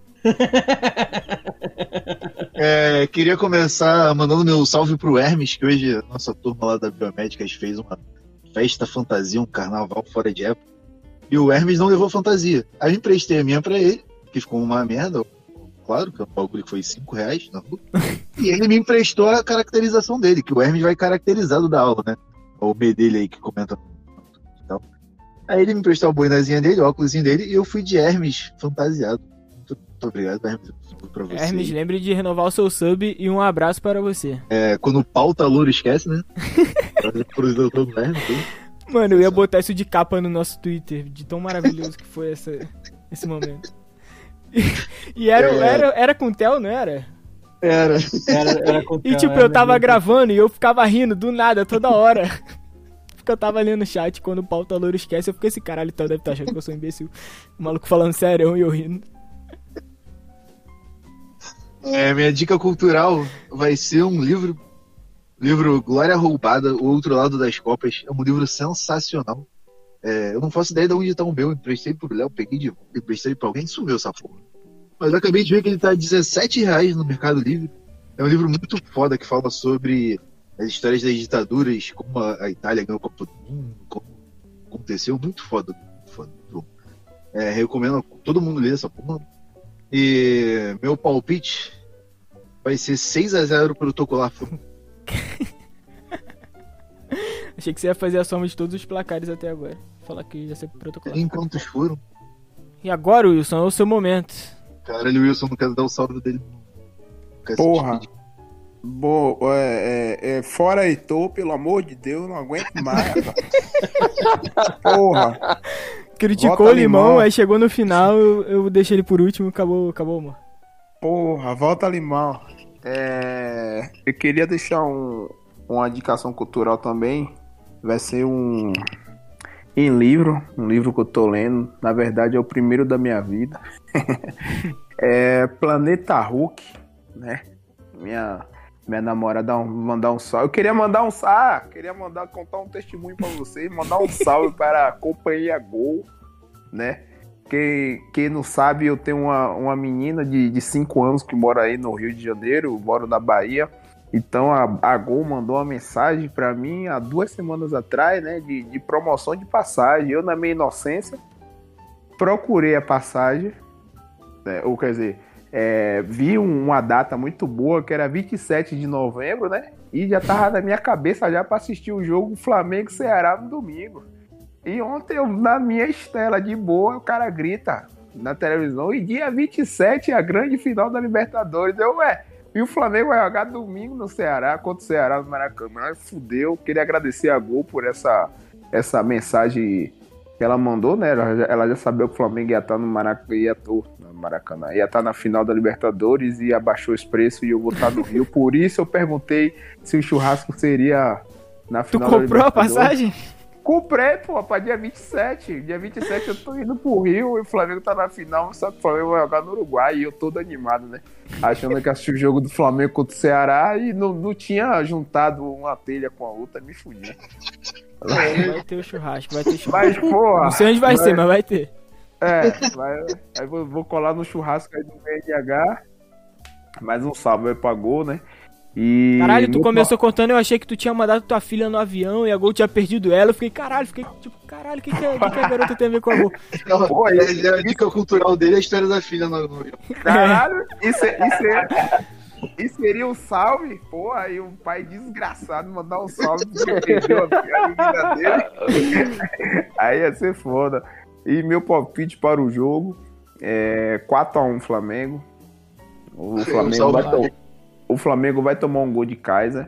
É, queria começar mandando meu salve pro Hermes, que hoje a nossa turma lá da Biomédicas fez uma festa fantasia, um carnaval fora de época. E o Hermes não levou fantasia. Aí eu emprestei a minha pra ele, que ficou uma merda, claro, que é um bagulho que foi cinco reais na rua. E ele me emprestou a caracterização dele, que o Hermes vai caracterizado da aula, né? O B dele aí que comenta e tal. Aí ele me emprestou a boinazinha dele, o óculosinho dele, e eu fui de Hermes fantasiado. Muito, muito obrigado, Hermes. Um salve pra você. Hermes, lembre de renovar o seu sub e um abraço para você. É, quando o pau tá louro, esquece, né? Pro doutor do Hermes. tudo. Mano, eu ia botar isso de capa no nosso Twitter, de tão maravilhoso que foi essa, esse momento. E, e era, É. era, era com o Theo, não era? Era. Era, era com o E Theo, tipo, era eu tava mesmo. gravando e eu ficava rindo do nada, toda hora. Porque eu tava lendo no chat, quando o Paulo Louro esquece, eu fiquei esse caralho, então deve estar achando que eu sou um imbecil. O maluco falando sério e eu rindo. É, minha dica cultural vai ser um livro, livro Glória Roubada, O Outro Lado das Copas. É um livro sensacional. É, eu não faço ideia de onde tá o meu. Emprestei pro Léo, peguei de volta, emprestei pra alguém, sumiu essa porra. Mas eu acabei de ver que ele tá a dezessete reais no Mercado Livre. É um livro muito foda que fala sobre as histórias das ditaduras, como a, a Itália ganhou a Copa do Mundo, como aconteceu. Muito foda. Muito foda, muito bom. É, recomendo a todo mundo ler essa porra. E meu palpite vai ser seis a zero pro Tocolafo. Achei que você ia fazer a soma de todos os placares até agora. Falar que já sei protocolar. Enquanto foram. E agora, Wilson, é o seu momento. Caralho, o Wilson não quer dar o saldo dele. Não quer se Porra. despedir. Bo, é, é, é, fora Heitor, pelo amor de Deus, não aguento mais. Porra. Criticou Volta o limão, Limão. aí chegou no final, eu, eu deixei ele por último, acabou, acabou, amor. Porra, volta Limão. É, eu queria deixar um, uma indicação cultural também. Vai ser um em livro, um livro que eu tô lendo. Na verdade é o primeiro da minha vida. É Planeta Hulk, né? Minha, minha namorada um- mandar um salve. Eu queria mandar um salve, ah, queria mandar contar um testemunho pra vocês, mandar um salve para a Companhia Gol, né? Quem, quem não sabe, eu tenho uma, uma menina de cinco anos que mora aí no Rio de Janeiro, eu moro na Bahia. Então a, a Gol mandou uma mensagem pra mim há duas semanas atrás, né? De, de promoção de passagem. Eu, na minha inocência, procurei a passagem, né, ou quer dizer, é, vi um- uma data muito boa, que era vinte e sete de novembro, né? E já tava na minha cabeça já pra assistir o jogo Flamengo-Ceará no domingo. E ontem, eu, na minha estela de boa, o cara grita na televisão, e dia vinte e sete é a grande final da Libertadores. Eu, ué, e o Flamengo vai jogar domingo no Ceará, contra o Ceará no Maracanã. Ai, fudeu. Queria agradecer a Gol por essa, essa mensagem que ela mandou, né? Ela já, ela já sabia que o Flamengo ia estar no Maracanã, ia, tô, no Maracanã, ia estar na final da Libertadores e abaixou os preços e eu vou estar no Rio. Por isso eu perguntei se o churrasco seria na Tu final da comprou a Libertadores. passagem? Comprei, pô, pra dia vinte e sete. Dia vinte e sete eu tô indo pro Rio e o Flamengo tá na final, só que o Flamengo vai jogar no Uruguai e eu todo animado, né? Achando que assisti o jogo do Flamengo contra o Ceará e não, não tinha juntado uma telha com a outra, me fudi. Vai ter o churrasco, vai ter churrasco. Mas, porra. Não sei onde vai, ser, mas vai ter. É, vai, aí vou, vou colar no churrasco aí do B N H. Mais um salve aí pra Gol, né? E Caralho, tu no- começou contando, eu achei que tu tinha mandado tua filha no avião e a Gol tinha perdido ela. Eu fiquei, caralho, fiquei tipo, caralho, o que, que, a- que, que a garota tem a ver com a Gol? Pô, é, é a dica cultural dele é a história da filha no no avião. Caralho, isso, é- isso, é- isso seria um salve? Pô, aí um pai desgraçado mandar um salve porque perdeu a a menina dele. Aí ia ser foda. E meu palpite para o jogo é quatro a um Flamengo. O Flamengo, salve vai, to- o Flamengo vai tomar um gol de Kaiser,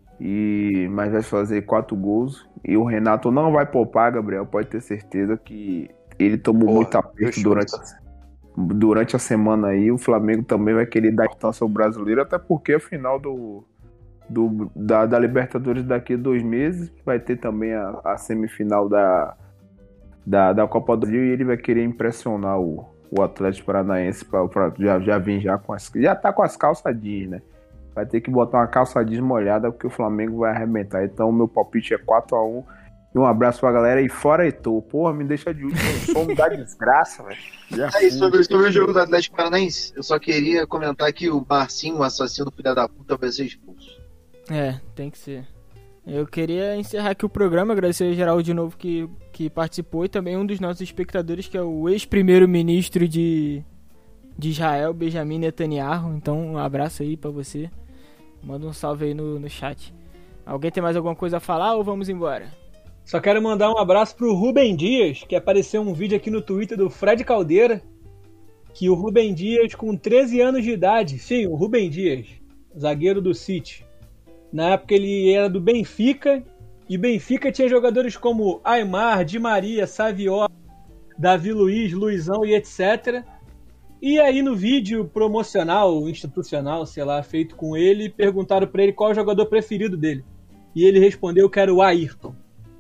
e, mas vai fazer quatro gols. E o Renato não vai poupar, Gabriel. Pode ter certeza que ele tomou Porra, muito aperto durante, durante a semana aí. O Flamengo também vai querer dar distância ao brasileiro, até porque a final do, do, da, da Libertadores daqui a dois meses vai ter também a, a semifinal da, da, da Copa do Rio, e ele vai querer impressionar o, o Atlético Paranaense pra, pra já, já vir já com as. Já tá com as calças jeans, né? Vai ter que botar uma calça jeans molhada porque o Flamengo vai arrebentar. Então, meu palpite é quatro a um. E um abraço pra galera. E fora Heitor. Porra, me deixa de último. Só me dá desgraça, velho. Já Aí, fui. sobre, sobre o jogo do Atlético Paranaense, eu só queria comentar que o Marcinho, o assassino filho da puta, vai ser expulso. É, tem que ser. Eu queria encerrar aqui o programa, agradecer ao Geraldo de novo que, que participou e também um dos nossos espectadores, que é o ex-primeiro-ministro de, de Israel, Benjamin Netanyahu. Então, um abraço aí pra você. Manda um salve aí no, no chat. Alguém tem mais alguma coisa a falar ou vamos embora? Só quero mandar um abraço pro Rubem Dias, que apareceu um vídeo aqui no Twitter do Fred Caldeira, que o Rubem Dias, com treze anos de idade, sim, o Rubem Dias, zagueiro do City, na época ele era do Benfica, e Benfica tinha jogadores como Aimar, Di Maria, Saviola, Davi Luiz, Luizão e etcétera. E aí no vídeo promocional, institucional, sei lá, feito com ele, perguntaram pra ele qual é o jogador preferido dele. E ele respondeu que era o Ayrton.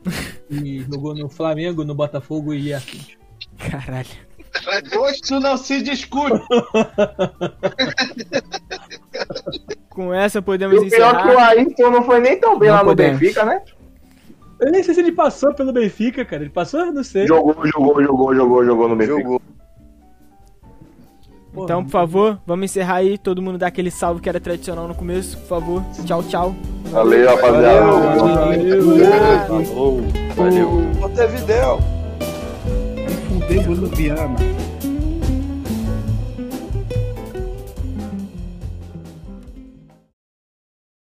E jogou no Flamengo, no Botafogo e afins. Caralho. Gosto não se discute. Com essa podemos E o pior encerrar. que o Ayrton não foi nem tão bem Não lá no podemos. Benfica, né? Eu nem sei se ele passou pelo Benfica, cara. Ele passou? Não sei. Jogou, jogou, jogou, jogou, jogou no Benfica. Jogou. Então, por favor, vamos encerrar aí. Todo mundo dá aquele salve que era tradicional no começo, por favor. Tchau, tchau. Valeu, rapaziada. Falou, valeu. Montevideo. Fudeu, Lubiana.